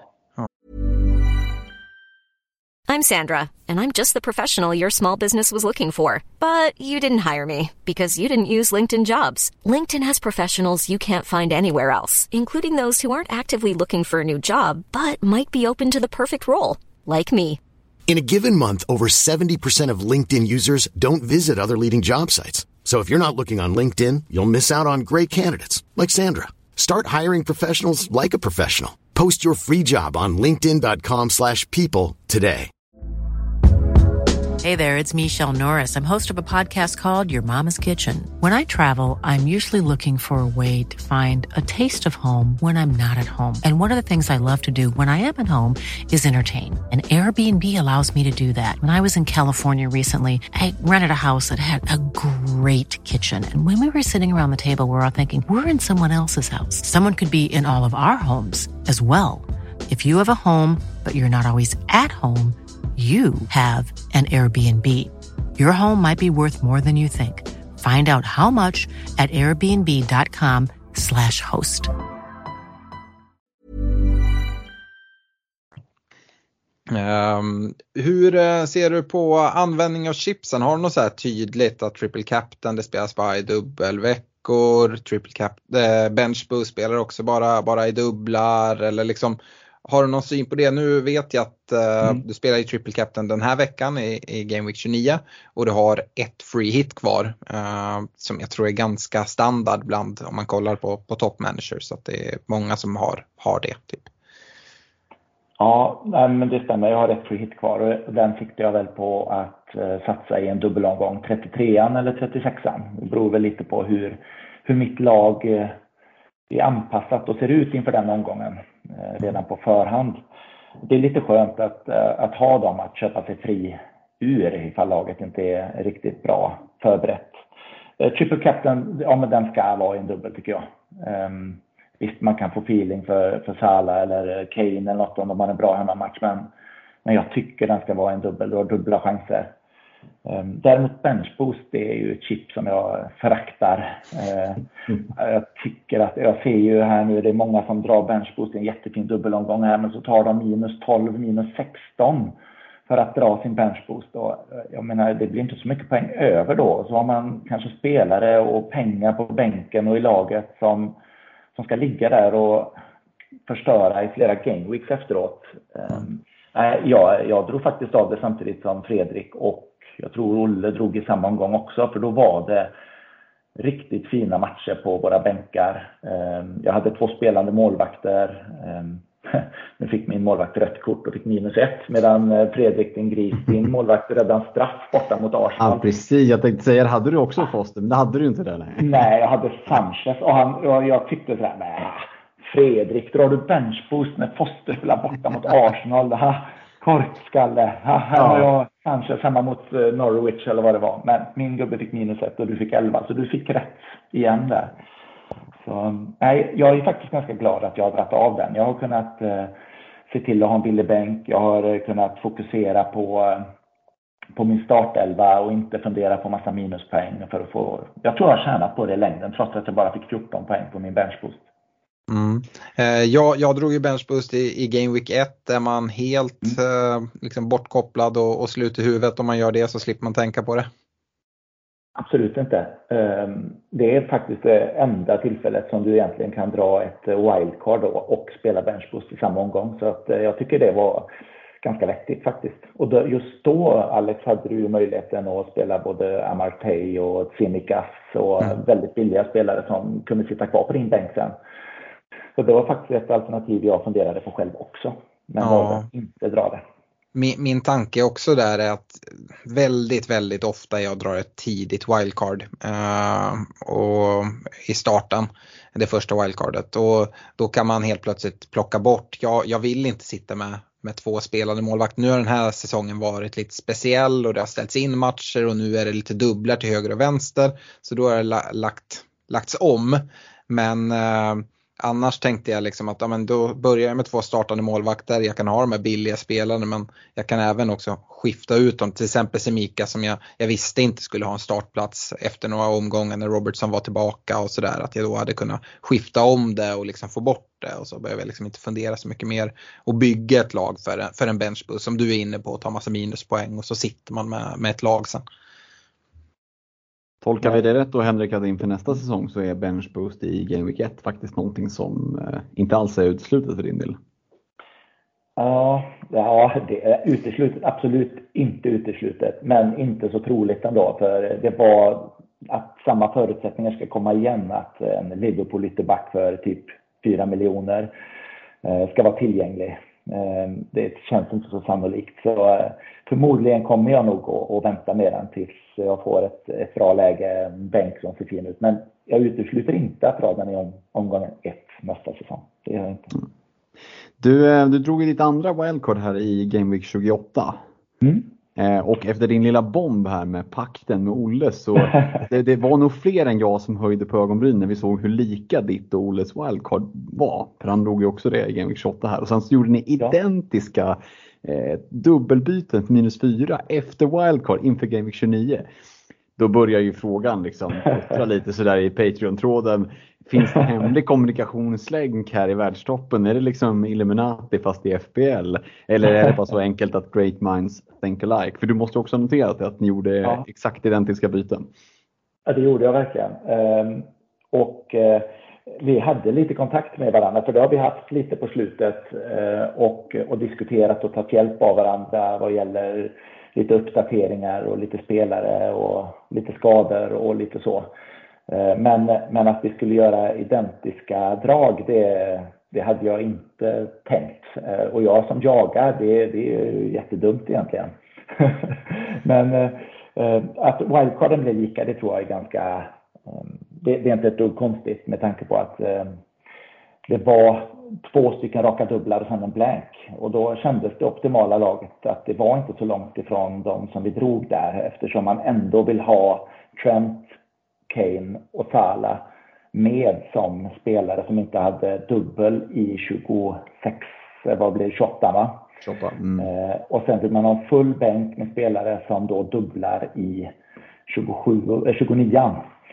I'm Sandra, and I'm just the professional your small business was looking for. But you didn't hire me because you didn't use LinkedIn Jobs. LinkedIn has professionals you can't find anywhere else, including those who aren't actively looking for a new job, but might be open to the perfect role, like me. In a given month, over 70% of LinkedIn users don't visit other leading job sites. So if you're not looking on LinkedIn, you'll miss out on great candidates like Sandra. Start hiring professionals like a professional. Post your free job on linkedin.com/people today. Hey there, it's Michelle Norris. I'm host of a podcast called Your Mama's Kitchen. When I travel, I'm usually looking for a way to find a taste of home when I'm not at home. And one of the things I love to do when I am at home is entertain. And Airbnb allows me to do that. When I was in California recently, I rented a house that had a great kitchen. And when we were sitting around the table, we're all thinking, we're in someone else's house. Someone could be in all of our homes as well. If you have a home, but you're not always at home, you have an Airbnb. Your home might be worth more than you think. Find out how much at airbnb.com/host. Hur ser du på användning av chipsen? Har du något så här tydligt att triple captain, det spelas bara i dubbelveckor, triple cap, bench boost spelar också bara i dubblar, eller liksom, har du någon syn på det? Nu vet jag att du spelar i triple captain den här veckan i Game Week 29 och du har ett free hit kvar som jag tror är ganska standard bland, om man kollar på top managers, så att det är många som har det typ. Ja, men det stämmer. Jag har ett free hit kvar och den fick jag väl på att satsa i en dubbelomgång, 33an eller 36an. Det beror väl lite på hur mitt lag är anpassat och ser ut inför den omgången redan på förhand. Det är lite skönt att ha dem att köpa sig fri ur ifall laget inte är riktigt bra förberett. Triple captain, ja, men den ska vara i en dubbel tycker jag. Visst, man kan få feeling för Salah eller Kane eller något om de har en bra hemmamatch, men jag tycker den ska vara en dubbel. Du har dubbla chanser. Däremot bench boost, det är ju ett chip som jag föraktar. Jag tycker att, jag ser ju här nu, det är många som drar bench boost i en jättefin dubbelomgång här, men så tar de -12, -16 för att dra sin bench boost. Och jag menar, det blir inte så mycket poäng över då. Så har man kanske spelare och pengar på bänken och i laget som ska ligga där och förstöra i flera game weeks efteråt. Jag drog faktiskt av det samtidigt som Fredrik, och jag tror Olle drog i samma omgång också, för då var det riktigt fina matcher på våra bänkar. Jag hade 2 spelande målvakter. Nu fick min målvakt rött kort och fick -1, medan Fredrik, din målvakt räddade en straff borta mot Arsenal. Ja, precis. Jag tänkte säga, hade du också Foster? Men det hade du inte där. Nej, jag hade Sanchez och jag tyckte sådär, nej, Fredrik, drar du benchboost när Foster spelar borta mot Arsenal? Korkskalle. Här har jag Sanchez hemma mot Norwich eller vad det var. Men min gubbe fick -1 och du fick 11, så du fick rätt igen där. Så, nej, jag är faktiskt ganska glad att jag har dragit av den. Jag har kunnat se till att ha en billig bänk. Jag har kunnat fokusera på min startelva och inte fundera på massa minuspoäng för att få. Jag tror jag har tjänat på det i längden, trots att jag bara fick 14 poäng på min benchboost. Jag drog ju benchboost i Game Week 1, där man helt liksom bortkopplad och slut i huvudet. Om man gör det så slipper man tänka på det. Absolut inte. Det är faktiskt det enda tillfället som du egentligen kan dra ett wildcard då och spela benchboost i samma omgång. Så att jag tycker det var ganska vettigt faktiskt. Och just då, Alex, hade du ju möjligheten att spela både Amartey och Tsimikas och väldigt billiga spelare som kunde sitta kvar på din bänk sen. Så det var faktiskt ett alternativ jag funderade på själv också. Men valde inte dra det. Min tanke också där är att väldigt, väldigt ofta jag drar ett tidigt wildcard och i starten, det första wildcardet. Och då kan man helt plötsligt plocka bort. Jag vill inte sitta med 2 spelande målvakt. Nu har den här säsongen varit lite speciell och det har ställts in matcher och nu är det lite dubblar till höger och vänster. Så då har det lagts om. Men annars tänkte jag liksom att då börjar jag med 2 startande målvakter. Jag kan ha de här billiga spelarna, men jag kan även också skifta ut dem. Till exempel Semika, som jag visste inte skulle ha en startplats efter några omgångar när Robertson var tillbaka och sådär. Att jag då hade kunnat skifta om det och liksom få bort det. Och så behöver jag liksom inte fundera så mycket mer och bygga ett lag för en benchboost som du är inne på, och ta massa minuspoäng och så sitter man med ett lag sen. Tolkar vi det rätt då, Henrik, att inför nästa säsong så är benchboost i Game Week 1 faktiskt någonting som inte alls är uteslutet för din del? Ja, det är uteslutet. Absolut inte uteslutet, men inte så troligt ändå. För det var att samma förutsättningar ska komma igen, att en Liverpool ytterback för typ 4 miljoner ska vara tillgänglig. Det känns inte så sannolikt. Så förmodligen kommer jag nog att vänta med den tills jag får ett bra läge, en bänk som ser fin ut. Men jag utesluter inte att dra den i omgången 1 nästa säsong. Det gör jag inte. Du drog i ditt andra wildcard här i Game Week 28. Och efter din lilla bomb här med pakten med Olle, så det var nog fler än jag som höjde på ögonbryn när vi såg hur lika ditt och Olles wildcard var. För han drog ju också det i Game Week 28 här. Och sen så gjorde ni identiska dubbelbyten -4 efter wildcard inför Game Week 29. Då börjar ju frågan liksom lite sådär i Patreon-tråden. Finns det hemlig kommunikationslänk här i världstoppen? Är det liksom Illuminati fast i FPL? Eller är det bara så enkelt att great minds think alike? För du måste också ha noterat att ni gjorde exakt identiska byten. Ja, det gjorde jag verkligen. Och vi hade lite kontakt med varandra. För det har vi haft lite på slutet. Och diskuterat och tagit hjälp av varandra vad gäller lite uppdateringar och lite spelare och lite skador och lite så. Men att vi skulle göra identiska drag, det hade jag inte tänkt. Och jag som jagar, det är ju jättedumt egentligen. Men att wildcarden blir lika, det tror jag är ganska... Det är inte ett dugg konstigt med tanke på att det var 2 stycken raka dubblar och sen en blank. Och då kändes det optimala laget att det var inte så långt ifrån de som vi drog där. Eftersom man ändå vill ha Trent, Kane och Salah med som spelare som inte hade dubbel i 26, vad blir 28 va? 28. Och sen vill man ha en full bänk med spelare som då dubblar i 29.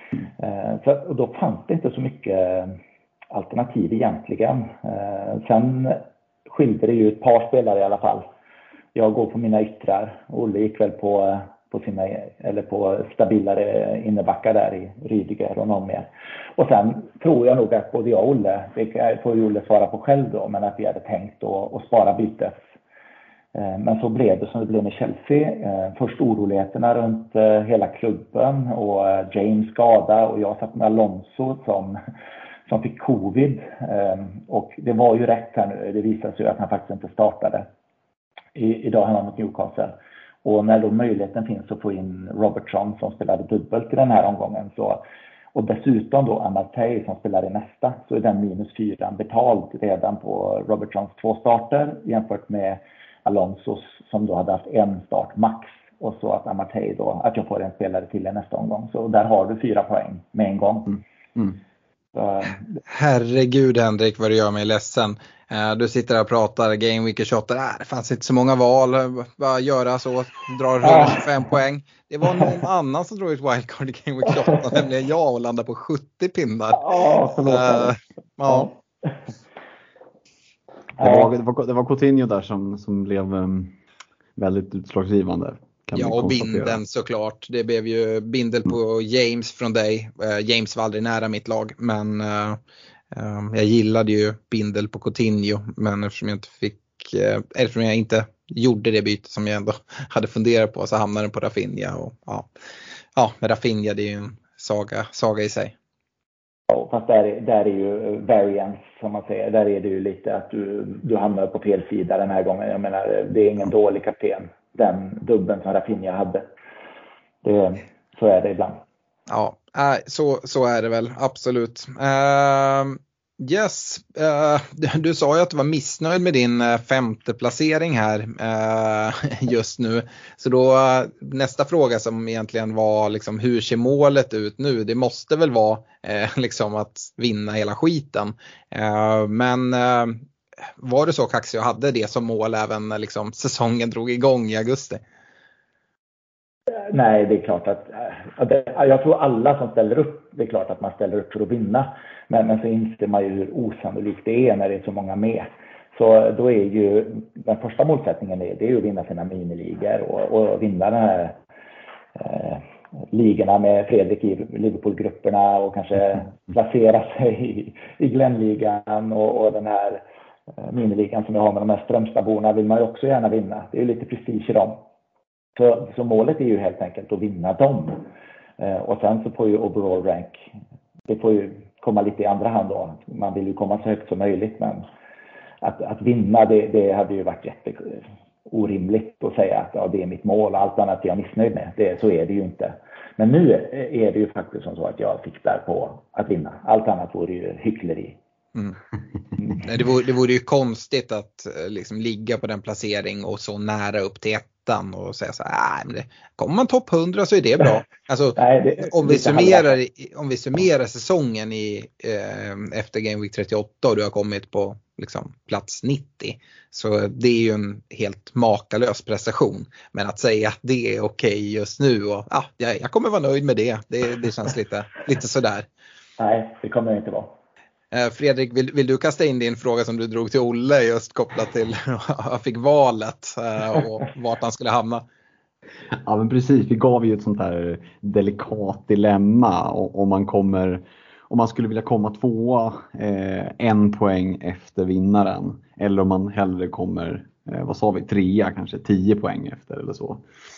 Och då fanns det inte så mycket alternativ egentligen. Sen skilde det ju ett par spelare i alla fall. Jag går på mina yttrar. Olle gick väl på stabilare innebackar där i Rydiger och någon mer. Och sen tror jag nog att både jag och Olle, det får ju Olle svara på själv då, men att vi hade tänkt att spara bytet. Men så blev det som det blev med Chelsea. Först oroligheterna runt hela klubben och James skada och jag satt med Alonso som fick covid. Och det var ju rätt här nu. Det visade sig att han faktiskt inte startade. Idag har han mot Newcastle. Och när då möjligheten finns att få in Robertson som spelade dubbelt i den här omgången. Och dessutom då Amartey som spelar i nästa, så är den -4 betald redan på Robertsons 2 starter jämfört med Alonsos som då hade haft 1 start max. Och så att Amartey då, att jag får en spelare till i nästa omgång. Så där har du 4 poäng med en gång. Så, herregud Henrik, vad du gör mig ledsen. Du sitter här och pratar Game Week 28. Det fanns inte så många val. Bara göra så, drar 125 poäng. Det var någon annan som drog ett wildcard i Game Week 28, nämligen jag, och landade på 70 pinnar. Det var Coutinho där som blev väldigt utslagsgivande. Ja, och bindeln såklart. Det blev ju bindel på James från dig. James var aldrig nära mitt lag, men jag gillade ju bindel på Coutinho. Men eftersom jag inte gjorde det byte som jag ändå hade funderat på, så hamnade den på Rafinha. Och Rafinha, det är ju en saga i sig. Ja, fast där är ju variance som man säger. Där är det ju lite att du hamnar på fel sida den här gången. Jag menar, det är ingen dålig kapten. Den dubben som Rafinha hade. Så är det ibland. Ja, så är det väl. Absolut. Yes, du sa ju att du var missnöjd med din 5:e placering här just nu. Så då nästa fråga som egentligen var liksom, hur ser målet ut nu? Det måste väl vara liksom att vinna hela skiten. Men var det så kaxig och hade det som mål även när liksom säsongen drog igång i augusti? Nej, det är klart att jag tror alla som ställer upp, det är klart att man ställer upp för att vinna. Men så inser man ju hur osannolikt det är när det är så många med. Så då är ju den första målsättningen det är att vinna sina miniligor och vinna den här ligorna med Fredrik i Liverpool-grupperna och kanske placera sig i Glenligan och den här miniligan som jag har med de här Strömstadborna vill man ju också gärna vinna. Det är ju lite prestige i dem. Så målet är ju helt enkelt att vinna dem. Och sen så får ju overall rank, det får ju komma lite i andra hand då. Man vill ju komma så högt som möjligt, men att vinna, det hade ju varit orimligt att säga att det är mitt mål och allt annat jag är missnöjd med. Så är det ju inte. Men nu är det ju faktiskt som så att jag siktar på att vinna. Allt annat vore ju hyckleri. Det vore ju konstigt att liksom ligga på den placering och så nära upp till ettan och säga så här, men kommer man topp 100 så är det bra. Alltså, om vi summerar säsongen efter Game Week 38 och du har kommit på liksom plats 90, så det är ju en helt makalös prestation. Men att säga att det är okej just nu och jag kommer vara nöjd med det känns lite sådär. Nej, det kommer det inte vara. Fredrik, vill du kasta in din fråga som du drog till Olle just kopplat till jag fick valet och vart han skulle hamna? Ja, men precis, vi gav ju ett sånt här delikat dilemma om man skulle vilja komma 2 1 poäng efter vinnaren, eller om man hellre kommer 3 kanske 10 poäng efter eller så.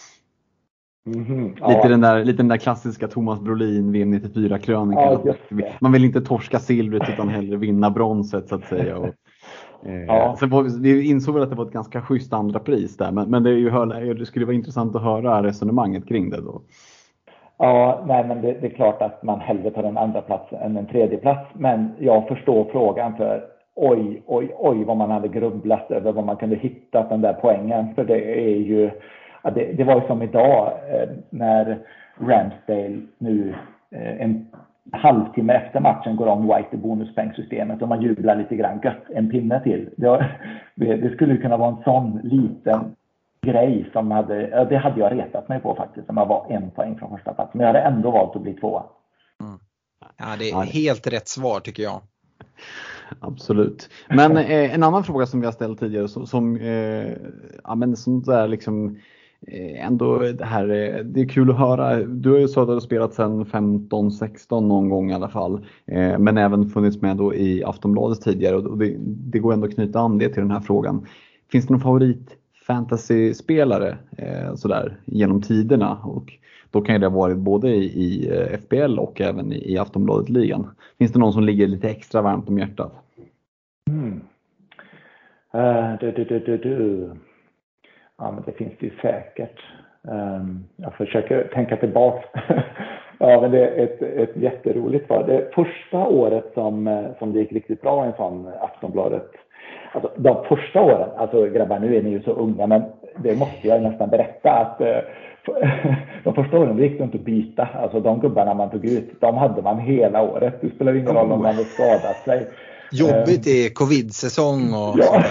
Lite den där klassiska Thomas Brolin VM 94-krönikan. Man vill inte torska silvret utan hellre vinna bronset så att säga. Vi insåg väl att det var ett ganska schysst andra pris där. Men det skulle vara intressant att höra resonemanget kring det då. Ja, nej, men det är klart att man hellre tar en andra plats än en tredje plats. Men jag förstår frågan, för oj vad man hade grubblat över vad man kunde hitta den där poängen. För det är ju... Det var ju som idag när Ramsdale nu en halvtimme efter matchen går om White i bonuspoängsystemet och man jublar lite grann, gött, en pinne till. Det skulle kunna vara en sån liten grej som det hade jag retat mig på faktiskt, om jag var 1 poäng från första plats. Men jag hade ändå valt att bli 2. Ja, det är helt rätt svar tycker jag. Absolut. Men en annan fråga som vi har ställt tidigare som där liksom ändå det här, det är kul att höra. Du har ju så att du har spelat sedan 15-16 någon gång i alla fall, men även funnits med då i Aftonbladet tidigare, och det går ändå att knyta an det till den här frågan. Finns det någon favorit fantasy-spelare sådär genom tiderna? Och då kan det ha varit både i FPL och även i Aftonbladet-ligan. Finns det någon som ligger lite extra varmt om hjärtat? Ja, men det finns det ju säkert. Jag försöker tänka tillbaka. Ja, men det är ett jätteroligt var. Det första året som det gick riktigt bra i en sån Aftonbladet. Alltså de första åren, alltså grabbar, nu är ni ju så unga, men det måste jag nästan berätta att de första åren gick det inte att byta. Alltså de gubbarna man tog ut, de hade man hela året. Det spelar ingen roll om man hade skadat sig. Jobbigt i covid-säsong och... Ja.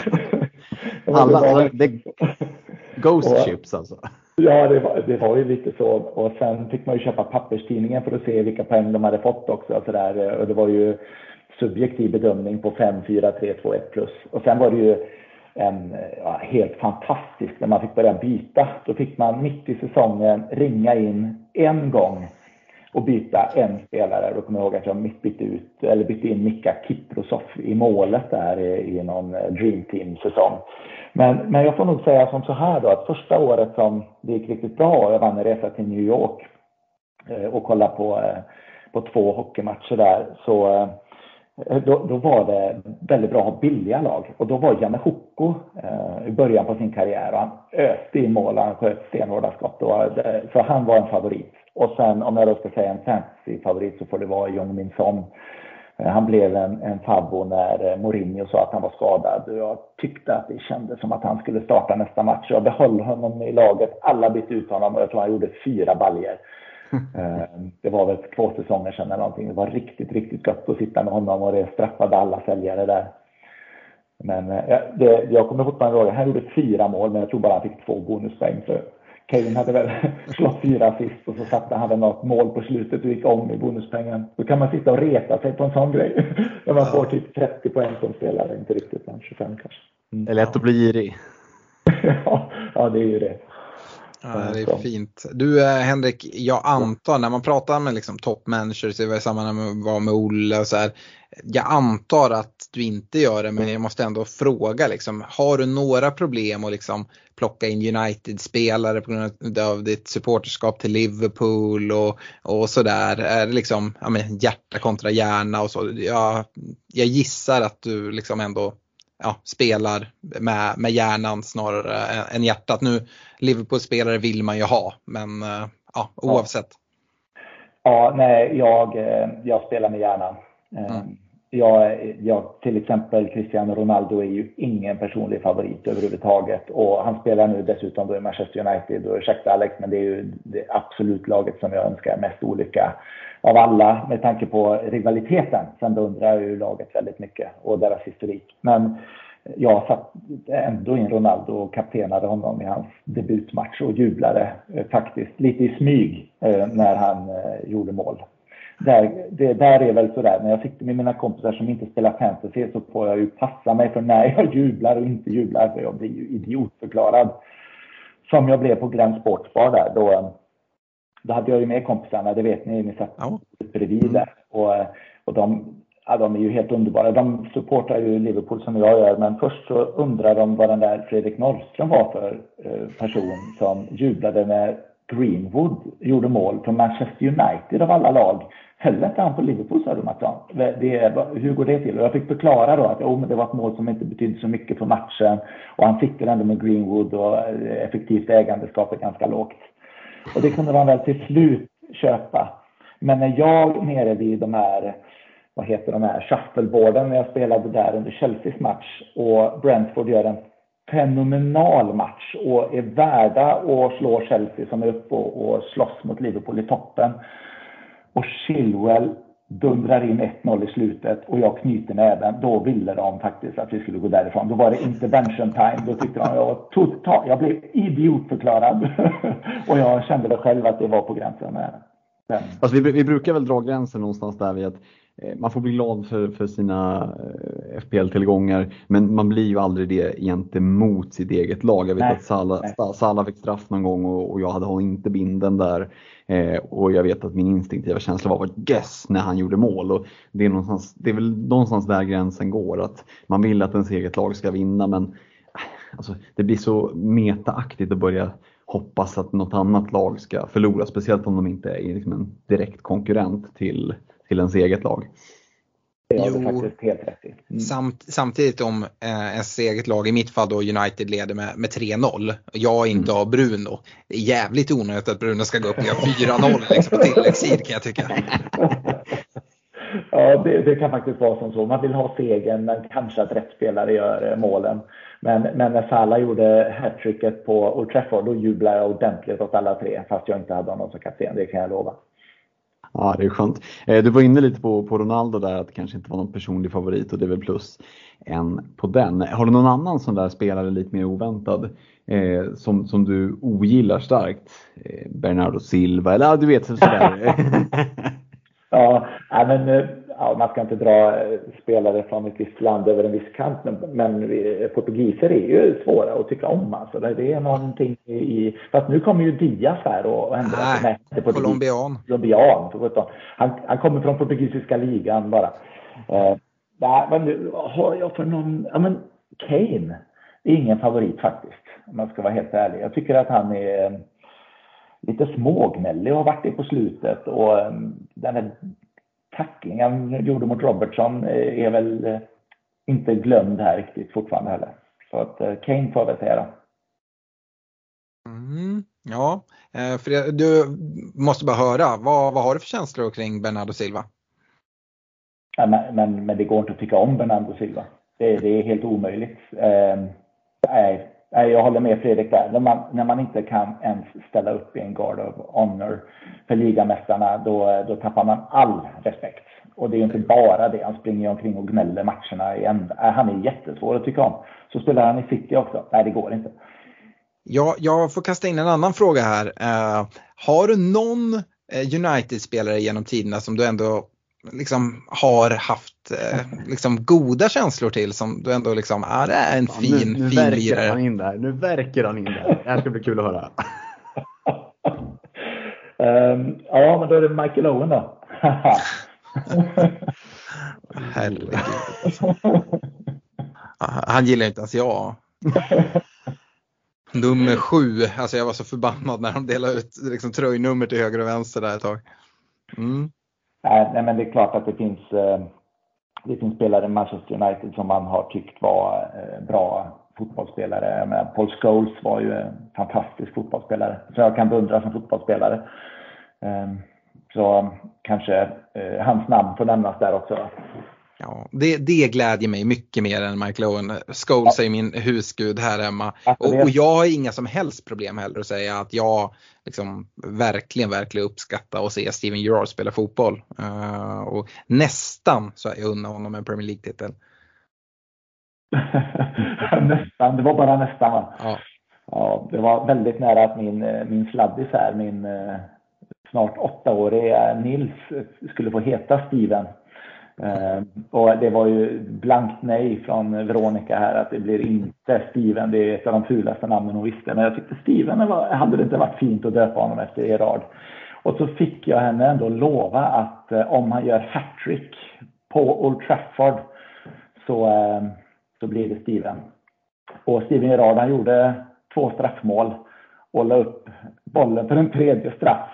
Alla ghost chips alltså. Ja, det var ju lite så. Och sen fick man ju köpa papperstidningen för att se vilka poäng de hade fått också. Och det var ju subjektiv bedömning på 5, 4, 3, 2, 1 plus. Och sen var det ju helt fantastiskt när man fick börja byta. Då fick man mitt i säsongen ringa in en gång och byta en spelare. Då kommer jag ihåg att jag bytte in Mika Kiprosov i målet där i någon Dream Team-säsong. Men jag får nog säga som så här då, att första året som det gick riktigt bra och jag vann en resa till New York och kollade på 2 hockeymatcher där, så då var det väldigt bra att ha billiga lag. Och då var Janne Hukko i början på sin karriär och han öste i mål, han sköt stenhårda skott. Så han var en favorit. Och sen om jag då ska säga en fantasy-favorit så får det vara Jong Min Son. Han blev en favvo när Mourinho sa att han var skadad. Jag tyckte att det kändes som att han skulle starta nästa match. Jag behöll honom i laget. Alla bytte ut honom och jag tror han gjorde 4 baljer. Det var väl 2 säsonger sedan eller någonting. Det var riktigt, riktigt gott att sitta med honom och det straffade alla säljare där. Men jag kommer fortfarande ihåg att han gjorde 4 mål, men jag tror bara han fick 2 bonuspoäng. Så Kane hade väl slått 4 assist och så satte han något mål på slutet och gick om i bonuspengen. Då kan man sitta och reta sig på en sån grej. När man får typ 30 poäng som spelare, inte riktigt, men 25 kanske. Det är lätt att bli girig. Ja, det är ju det. Ja, det är fint. Du Henrik, jag antar när man pratar med liksom top managers i sammanhang med Olle och så här, jag antar att du inte gör det, men jag måste ändå fråga liksom, har du några problem att liksom plocka in United-spelare på grund av ditt supporterskap till Liverpool och så där? Är det liksom hjärta kontra hjärna och så? Jag gissar att du liksom ändå spelar med hjärnan snarare än hjärtat. Nu Liverpool-spelare vill man ju ha, men oavsett. Ja, nej, jag spelar med hjärnan. Jag till exempel Cristiano Ronaldo är ju ingen personlig favorit överhuvudtaget, och han spelar nu dessutom då i Manchester United, och ursäkta Alex, men det är ju det absolut laget som jag önskar mest olycka av alla med tanke på rivaliteten. Sen beundrar jag ju laget väldigt mycket och deras historik, men jag satt ändå in Ronaldo och kaptenade honom i hans debutmatch och jublade faktiskt lite i smyg när han gjorde mål. Där är väl sådär, när jag sitter med mina kompisar som inte spelar fantasy så får jag ju passa mig för när jag jublar och inte jublar, för jag blir ju idiotförklarad. Som jag blev på Grand Sportsbar där, då hade jag ju med kompisarna, det vet ni satt bredvid där. Och de är ju helt underbara. De supportar ju Liverpool som jag gör, men först så undrar de vad den där Fredrik Norrström var för person som jublade när Greenwood gjorde mål från Manchester United av alla lag. Höll inte han på Liverpool, sa de att hur går det till? Och jag fick förklara då att men det var ett mål som inte betydde så mycket för matchen, och han sitter ändå med Greenwood och effektivt ägandeskap är ganska lågt. Och det kunde man väl till slut köpa. Men när jag nere vid de här shuffleboarden, när jag spelade där under Chelseas match, och Brentford gör en fenomenal match och är värda att slå Chelsea som är uppe och slåss mot Liverpool i toppen, och Chilwell dundrar in 1-0 i slutet och jag knyter näven, då ville de faktiskt att vi skulle gå därifrån. Då var det intervention time, då tyckte de jag blev idiotförklarad och jag kände det själv att det var på gränsen. Alltså vi brukar väl dra gränsen någonstans där vid att man får bli glad för sina FPL-tillgångar, men man blir ju aldrig det egentligen mot sitt eget lag. Jag vet att Salah fick straff någon gång och jag hade inte binden där, och jag vet att min instinktiva känsla var guess när han gjorde mål, och det är väl någonstans där gränsen går, att man vill att ens eget lag ska vinna, men alltså, det blir så metaaktigt att börja hoppas att något annat lag ska förlora, speciellt om de inte är liksom en direkt konkurrent till ens eget lag. Det är faktiskt helt rätt i. Samtidigt om ens eget lag, i mitt fall då United, leder med 3-0, jag inte har Bruno. Det är jävligt onödigt att Bruno ska gå upp och göra 4-0 liksom på tilläggstid, kan jag tycka. Ja, det kan faktiskt vara som så. Man vill ha segern, men kanske att rätt spelare gör målen. Men när Salah gjorde hattricket på Old Trafford, då jublade jag ordentligt åt alla tre, fast jag inte hade honom som kapten, det kan jag lova. Ja, det är skönt. Du var inne lite på Ronaldo där, att det kanske inte var någon personlig favorit, och det är väl plus en på den. Har du någon annan som där spelare lite mer oväntad som du ogillar starkt? Bernardo Silva, eller du vet sådär. Man ska inte dra spelare från ett visst land över en viss kant, men portugiser är ju svåra att tycka om. Alltså. Det är någonting i... Fast nu kommer ju Diaz här och ändrar sig med Colombian. Han kommer från portugisiska ligan bara. Men nu har jag för någon... Ja, men Kane är ingen favorit faktiskt, om man ska vara helt ärlig. Jag tycker att han är lite smågnällig och har varit det på slutet, och den här tacklingen gjorde mot Robertson är väl inte glömd här riktigt fortfarande heller. Så att Kane får väl säga då. Ja, för du måste bara höra, vad har du för känslor kring Bernardo Silva? Ja, men det går inte att tycka om Bernardo Silva. Det är helt omöjligt. Nej, jag håller med Fredrik där. När man inte kan ens ställa upp i en guard of honor för ligamästarna, då tappar man all respekt. Och det är ju inte bara det. Han springer omkring och gnäller matcherna. Han är jättesvår att tycka om. Så spelar han i City också. Nej, det går inte. Ja, jag får kasta in en annan fråga här. Har du någon United-spelare genom tiderna som du ändå liksom har haft liksom goda känslor till, som du ändå liksom det är en fin lirare? Nu verkar han in där. Det här ska bli kul att höra. Ja, men då är det Michael Owen då. Helvete. Han gillar inte ens jag. Nummer 7. Alltså jag var så förbannad när de delade ut liksom tröjnummer till höger och vänster där ett tag. Nej, men det är klart att det finns det finns spelare i Manchester United som man har tyckt var bra fotbollsspelare. Men Paul Scholes var ju en fantastisk fotbollsspelare. Så jag kan beundra som fotbollsspelare. Så kanske hans namn får nämnas där också. Ja, det glädjer mig mycket mer än Michael Owen. Scholes är min husgud här hemma. Och jag har inga som helst problem heller att säga att jag liksom verkligen uppskattar att se Steven Gerrard spela fotboll. Och nästan så är jag undan honom en Premier League-titel. Nästan, det var bara nästan. Ja. Ja, det var väldigt nära att min sladdis här, min snart 8-åriga Nils skulle få heta Steven. Och det var ju blankt nej från Veronica här att det blir inte Steven. Det är ett av de fulaste namnen hon visste. Men jag tyckte Steven hade det inte varit fint att döpa honom efter Gerrard. Och så fick jag henne ändå lova att om han gör hattrick på Old Trafford så blir det Steven. Och Steven Gerrard, han gjorde 2 straffmål och la upp bollen för en 3:e straff.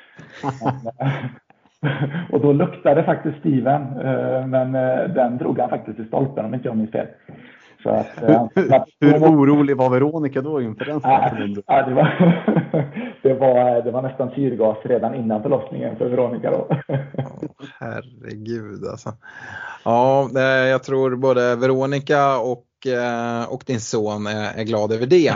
Och då luktade faktiskt Steven, men den drog han faktiskt i stolpen om inte jag minns fel. Så att, hur orolig var Veronica då inför den straffen? Ja, det var nästan syrgas redan innan förlossningen för Veronica då. Herregud alltså. Ja, jag tror både Veronica och din son är glad över det.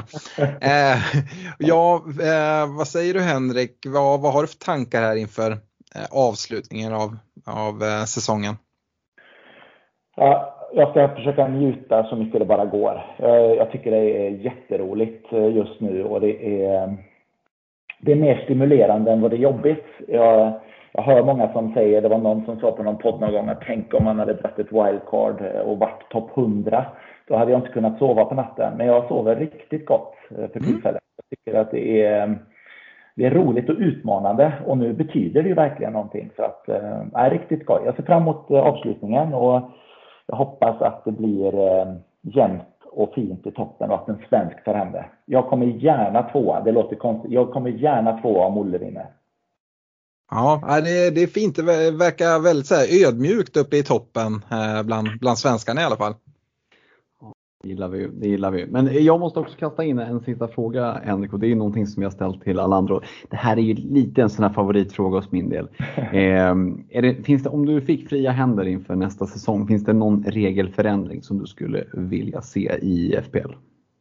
Vad säger du Henrik? Vad har du för tankar här inför avslutningen av säsongen? Ja, jag ska försöka njuta så mycket det bara går. Jag tycker det är jätteroligt just nu och det är mer stimulerande än vad det är jobbigt. Jag hör många som säger, det var någon som sa på någon podd någon gång att tänk om man hade dragit ett wildcard och varit topp 100. Då hade jag inte kunnat sova på natten. Men jag sover riktigt gott för tillfället. Jag tycker att det är roligt och utmanande. Och nu betyder det ju verkligen någonting. Så att är riktigt skoj. Jag ser fram emot avslutningen. Och jag hoppas att det blir jämnt och fint i toppen. Och att en svensk tar hem det. Jag kommer gärna tvåa. Det låter konstigt. Jag kommer gärna tvåa om Olle vinner. Ja, det är fint. Det verkar väldigt så här ödmjukt uppe i toppen bland svenskarna i alla fall. Det gillar vi. Men jag måste också kasta in en sista fråga, Henrik, och det är någonting som jag ställt till alla andra. Det här är ju lite en sån här favoritfråga hos min del. Finns det, om du fick fria händer inför nästa säsong, finns det någon regelförändring som du skulle vilja se i FPL?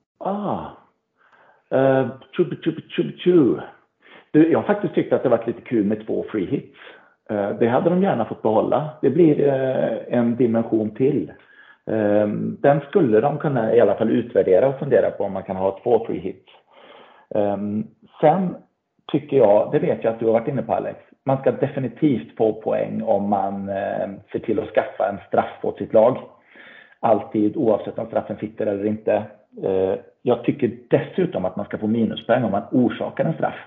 Jag har faktiskt tyckt att det varit lite kul med 2 free hits. Det hade de gärna fått behålla. Det blir en dimension till. Den skulle de kunna i alla fall utvärdera och fundera på om man kan ha 2 free hits. Sen tycker jag, det vet jag att du har varit inne på Alex, man ska definitivt få poäng om man ser till att skaffa en straff åt sitt lag. Alltid, oavsett om straffen sitter eller inte. Jag tycker dessutom att man ska få minuspoäng om man orsakar en straff.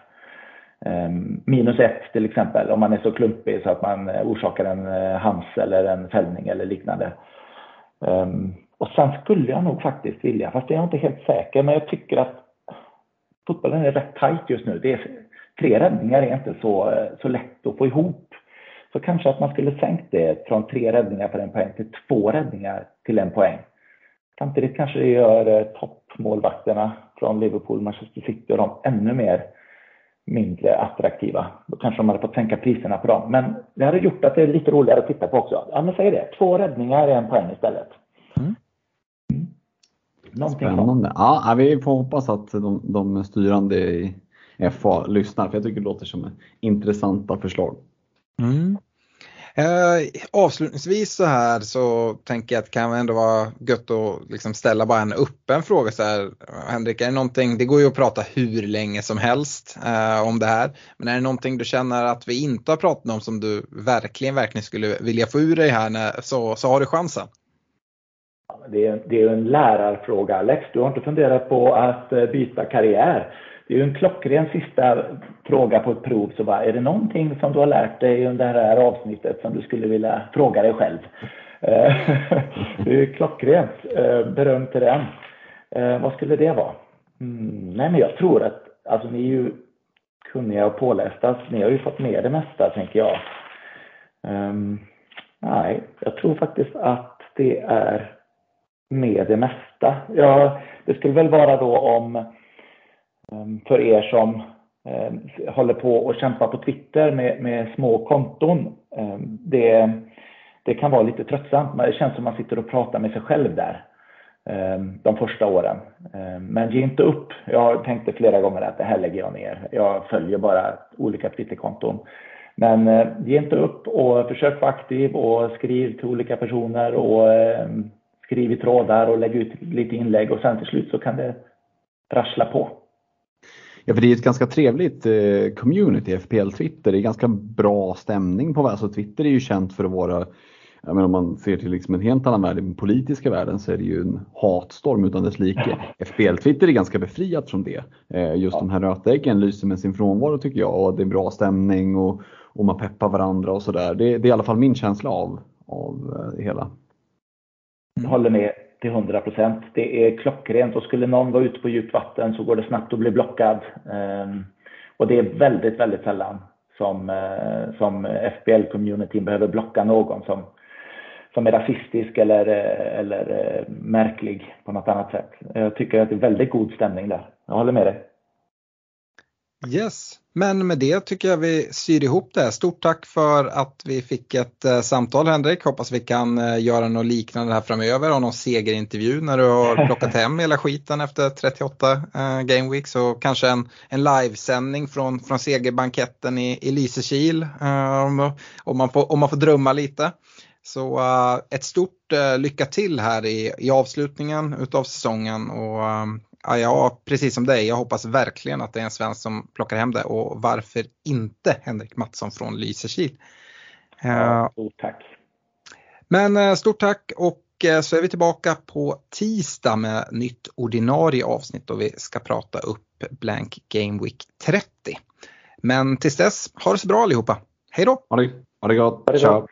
-1 till exempel, om man är så klumpig så att man orsakar en hams eller en fällning eller liknande. Och sen skulle jag nog faktiskt vilja, fast jag är inte helt säker, men jag tycker att fotbollen är rätt tajt just nu. Det är 3 räddningar är inte så lätt att få ihop. Så kanske att man skulle sänkt det från 3 räddningar för 1 poäng till 2 räddningar till 1 poäng. Samtidigt kanske det gör toppmålvakterna från Liverpool, Manchester City och de ännu mindre attraktiva. Då kanske de hade fått sänka priserna på dem. Men det hade gjort att det är lite roligare att titta på också. Ja, men säg det. 2 räddningar är 1 poäng istället. Spännande. Ja, vi får hoppas att de styrande i FA lyssnar. För jag tycker det låter som intressanta förslag. Avslutningsvis så här så tänker jag att det kan ändå vara gött att liksom ställa bara en öppen fråga så här. Henrik, är det någonting, det går ju att prata hur länge som helst om det här, men är det någonting du känner att vi inte har pratat om som du verkligen skulle vilja få ur dig här så har du chansen. Det är ju en lärarfråga, Alex. Du har inte funderat på att byta karriär. Det är ju en klockren sista fråga på ett prov. Så är det någonting som du har lärt dig under det här avsnittet som du skulle vilja fråga dig själv? Det är ju klockrent. Beröm till den. Vad skulle det vara? Nej, men jag tror att alltså, ni är ju kunniga och pålästa. Ni har ju fått med det mesta, tänker jag. Nej, jag tror faktiskt att det är med det mesta. Ja, det skulle väl vara då om för er som håller på och kämpar på Twitter med små konton. Det kan vara lite tröttsamt. Det känns som man sitter och pratar med sig själv där de första åren. Men ge inte upp. Jag tänkte flera gånger att det här lägger jag ner. Jag följer bara olika Twitterkonton. Men ge inte upp och försök vara aktiv och skriv till olika personer och skriv i trådar och lägg ut lite inlägg och sen till slut så kan det rassla på. Ja, för det är ett ganska trevligt community, FPL Twitter. Det är ganska bra stämning på. Alltså Twitter är ju känt för att vara, jag menar, om man ser till liksom en helt annan värld, i den politiska världen, så är det ju en hatstorm utan dess like. FPL Twitter är ganska befriat från det. Just de här rötäggen lyser med sin frånvaro tycker jag. Och det är bra stämning och man peppar varandra och sådär. Det är i alla fall min känsla av det hela. Jag håller med till 100%. Det är klockrent och skulle någon vara ute på djupt vatten så går det snabbt att bli blockad. Och det är väldigt, väldigt sällan som FPL-communityn behöver blocka någon som är rasistisk eller märklig på något annat sätt. Jag tycker att det är väldigt god stämning där. Jag håller med dig. Yes, men med det tycker jag vi syr ihop det. Stort tack för att vi fick ett samtal, Henrik. Hoppas vi kan göra något liknande här framöver. Och någon segerintervjö när du har plockat hem hela skiten efter 38 Game Weeks. Och kanske en livesändning från segerbanketten i Lysekil. Om man får drömma lite. Så ett stort lycka till här i avslutningen utav säsongen. Och ja, precis som dig. Jag hoppas verkligen att det är en svensk som plockar hem det. Och varför inte Henrik Mattsson från Lysekil? Stort tack. Men stort tack, och så är vi tillbaka på tisdag med nytt ordinarie avsnitt. Och vi ska prata upp Blank Game Week 30. Men tills dess, ha det så bra allihopa. Hej då! Ha det gott. Ciao.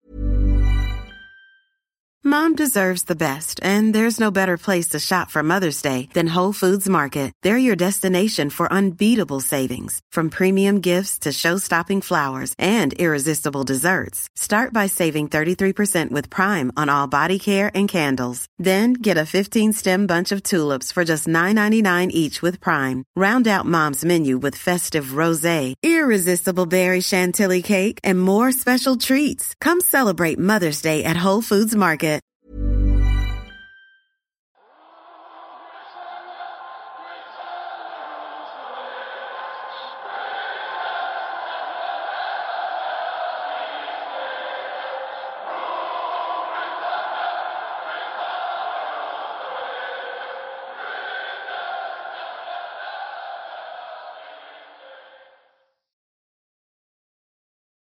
Mom deserves the best, and there's no better place to shop for Mother's Day than Whole Foods Market. They're your destination for unbeatable savings, from premium gifts to show-stopping flowers and irresistible desserts. Start by saving 33% with Prime on all body care and candles. Then get a 15-stem bunch of tulips for just $9.99 each with Prime. Round out Mom's menu with festive rosé, irresistible berry chantilly cake, and more special treats. Come celebrate Mother's Day at Whole Foods Market.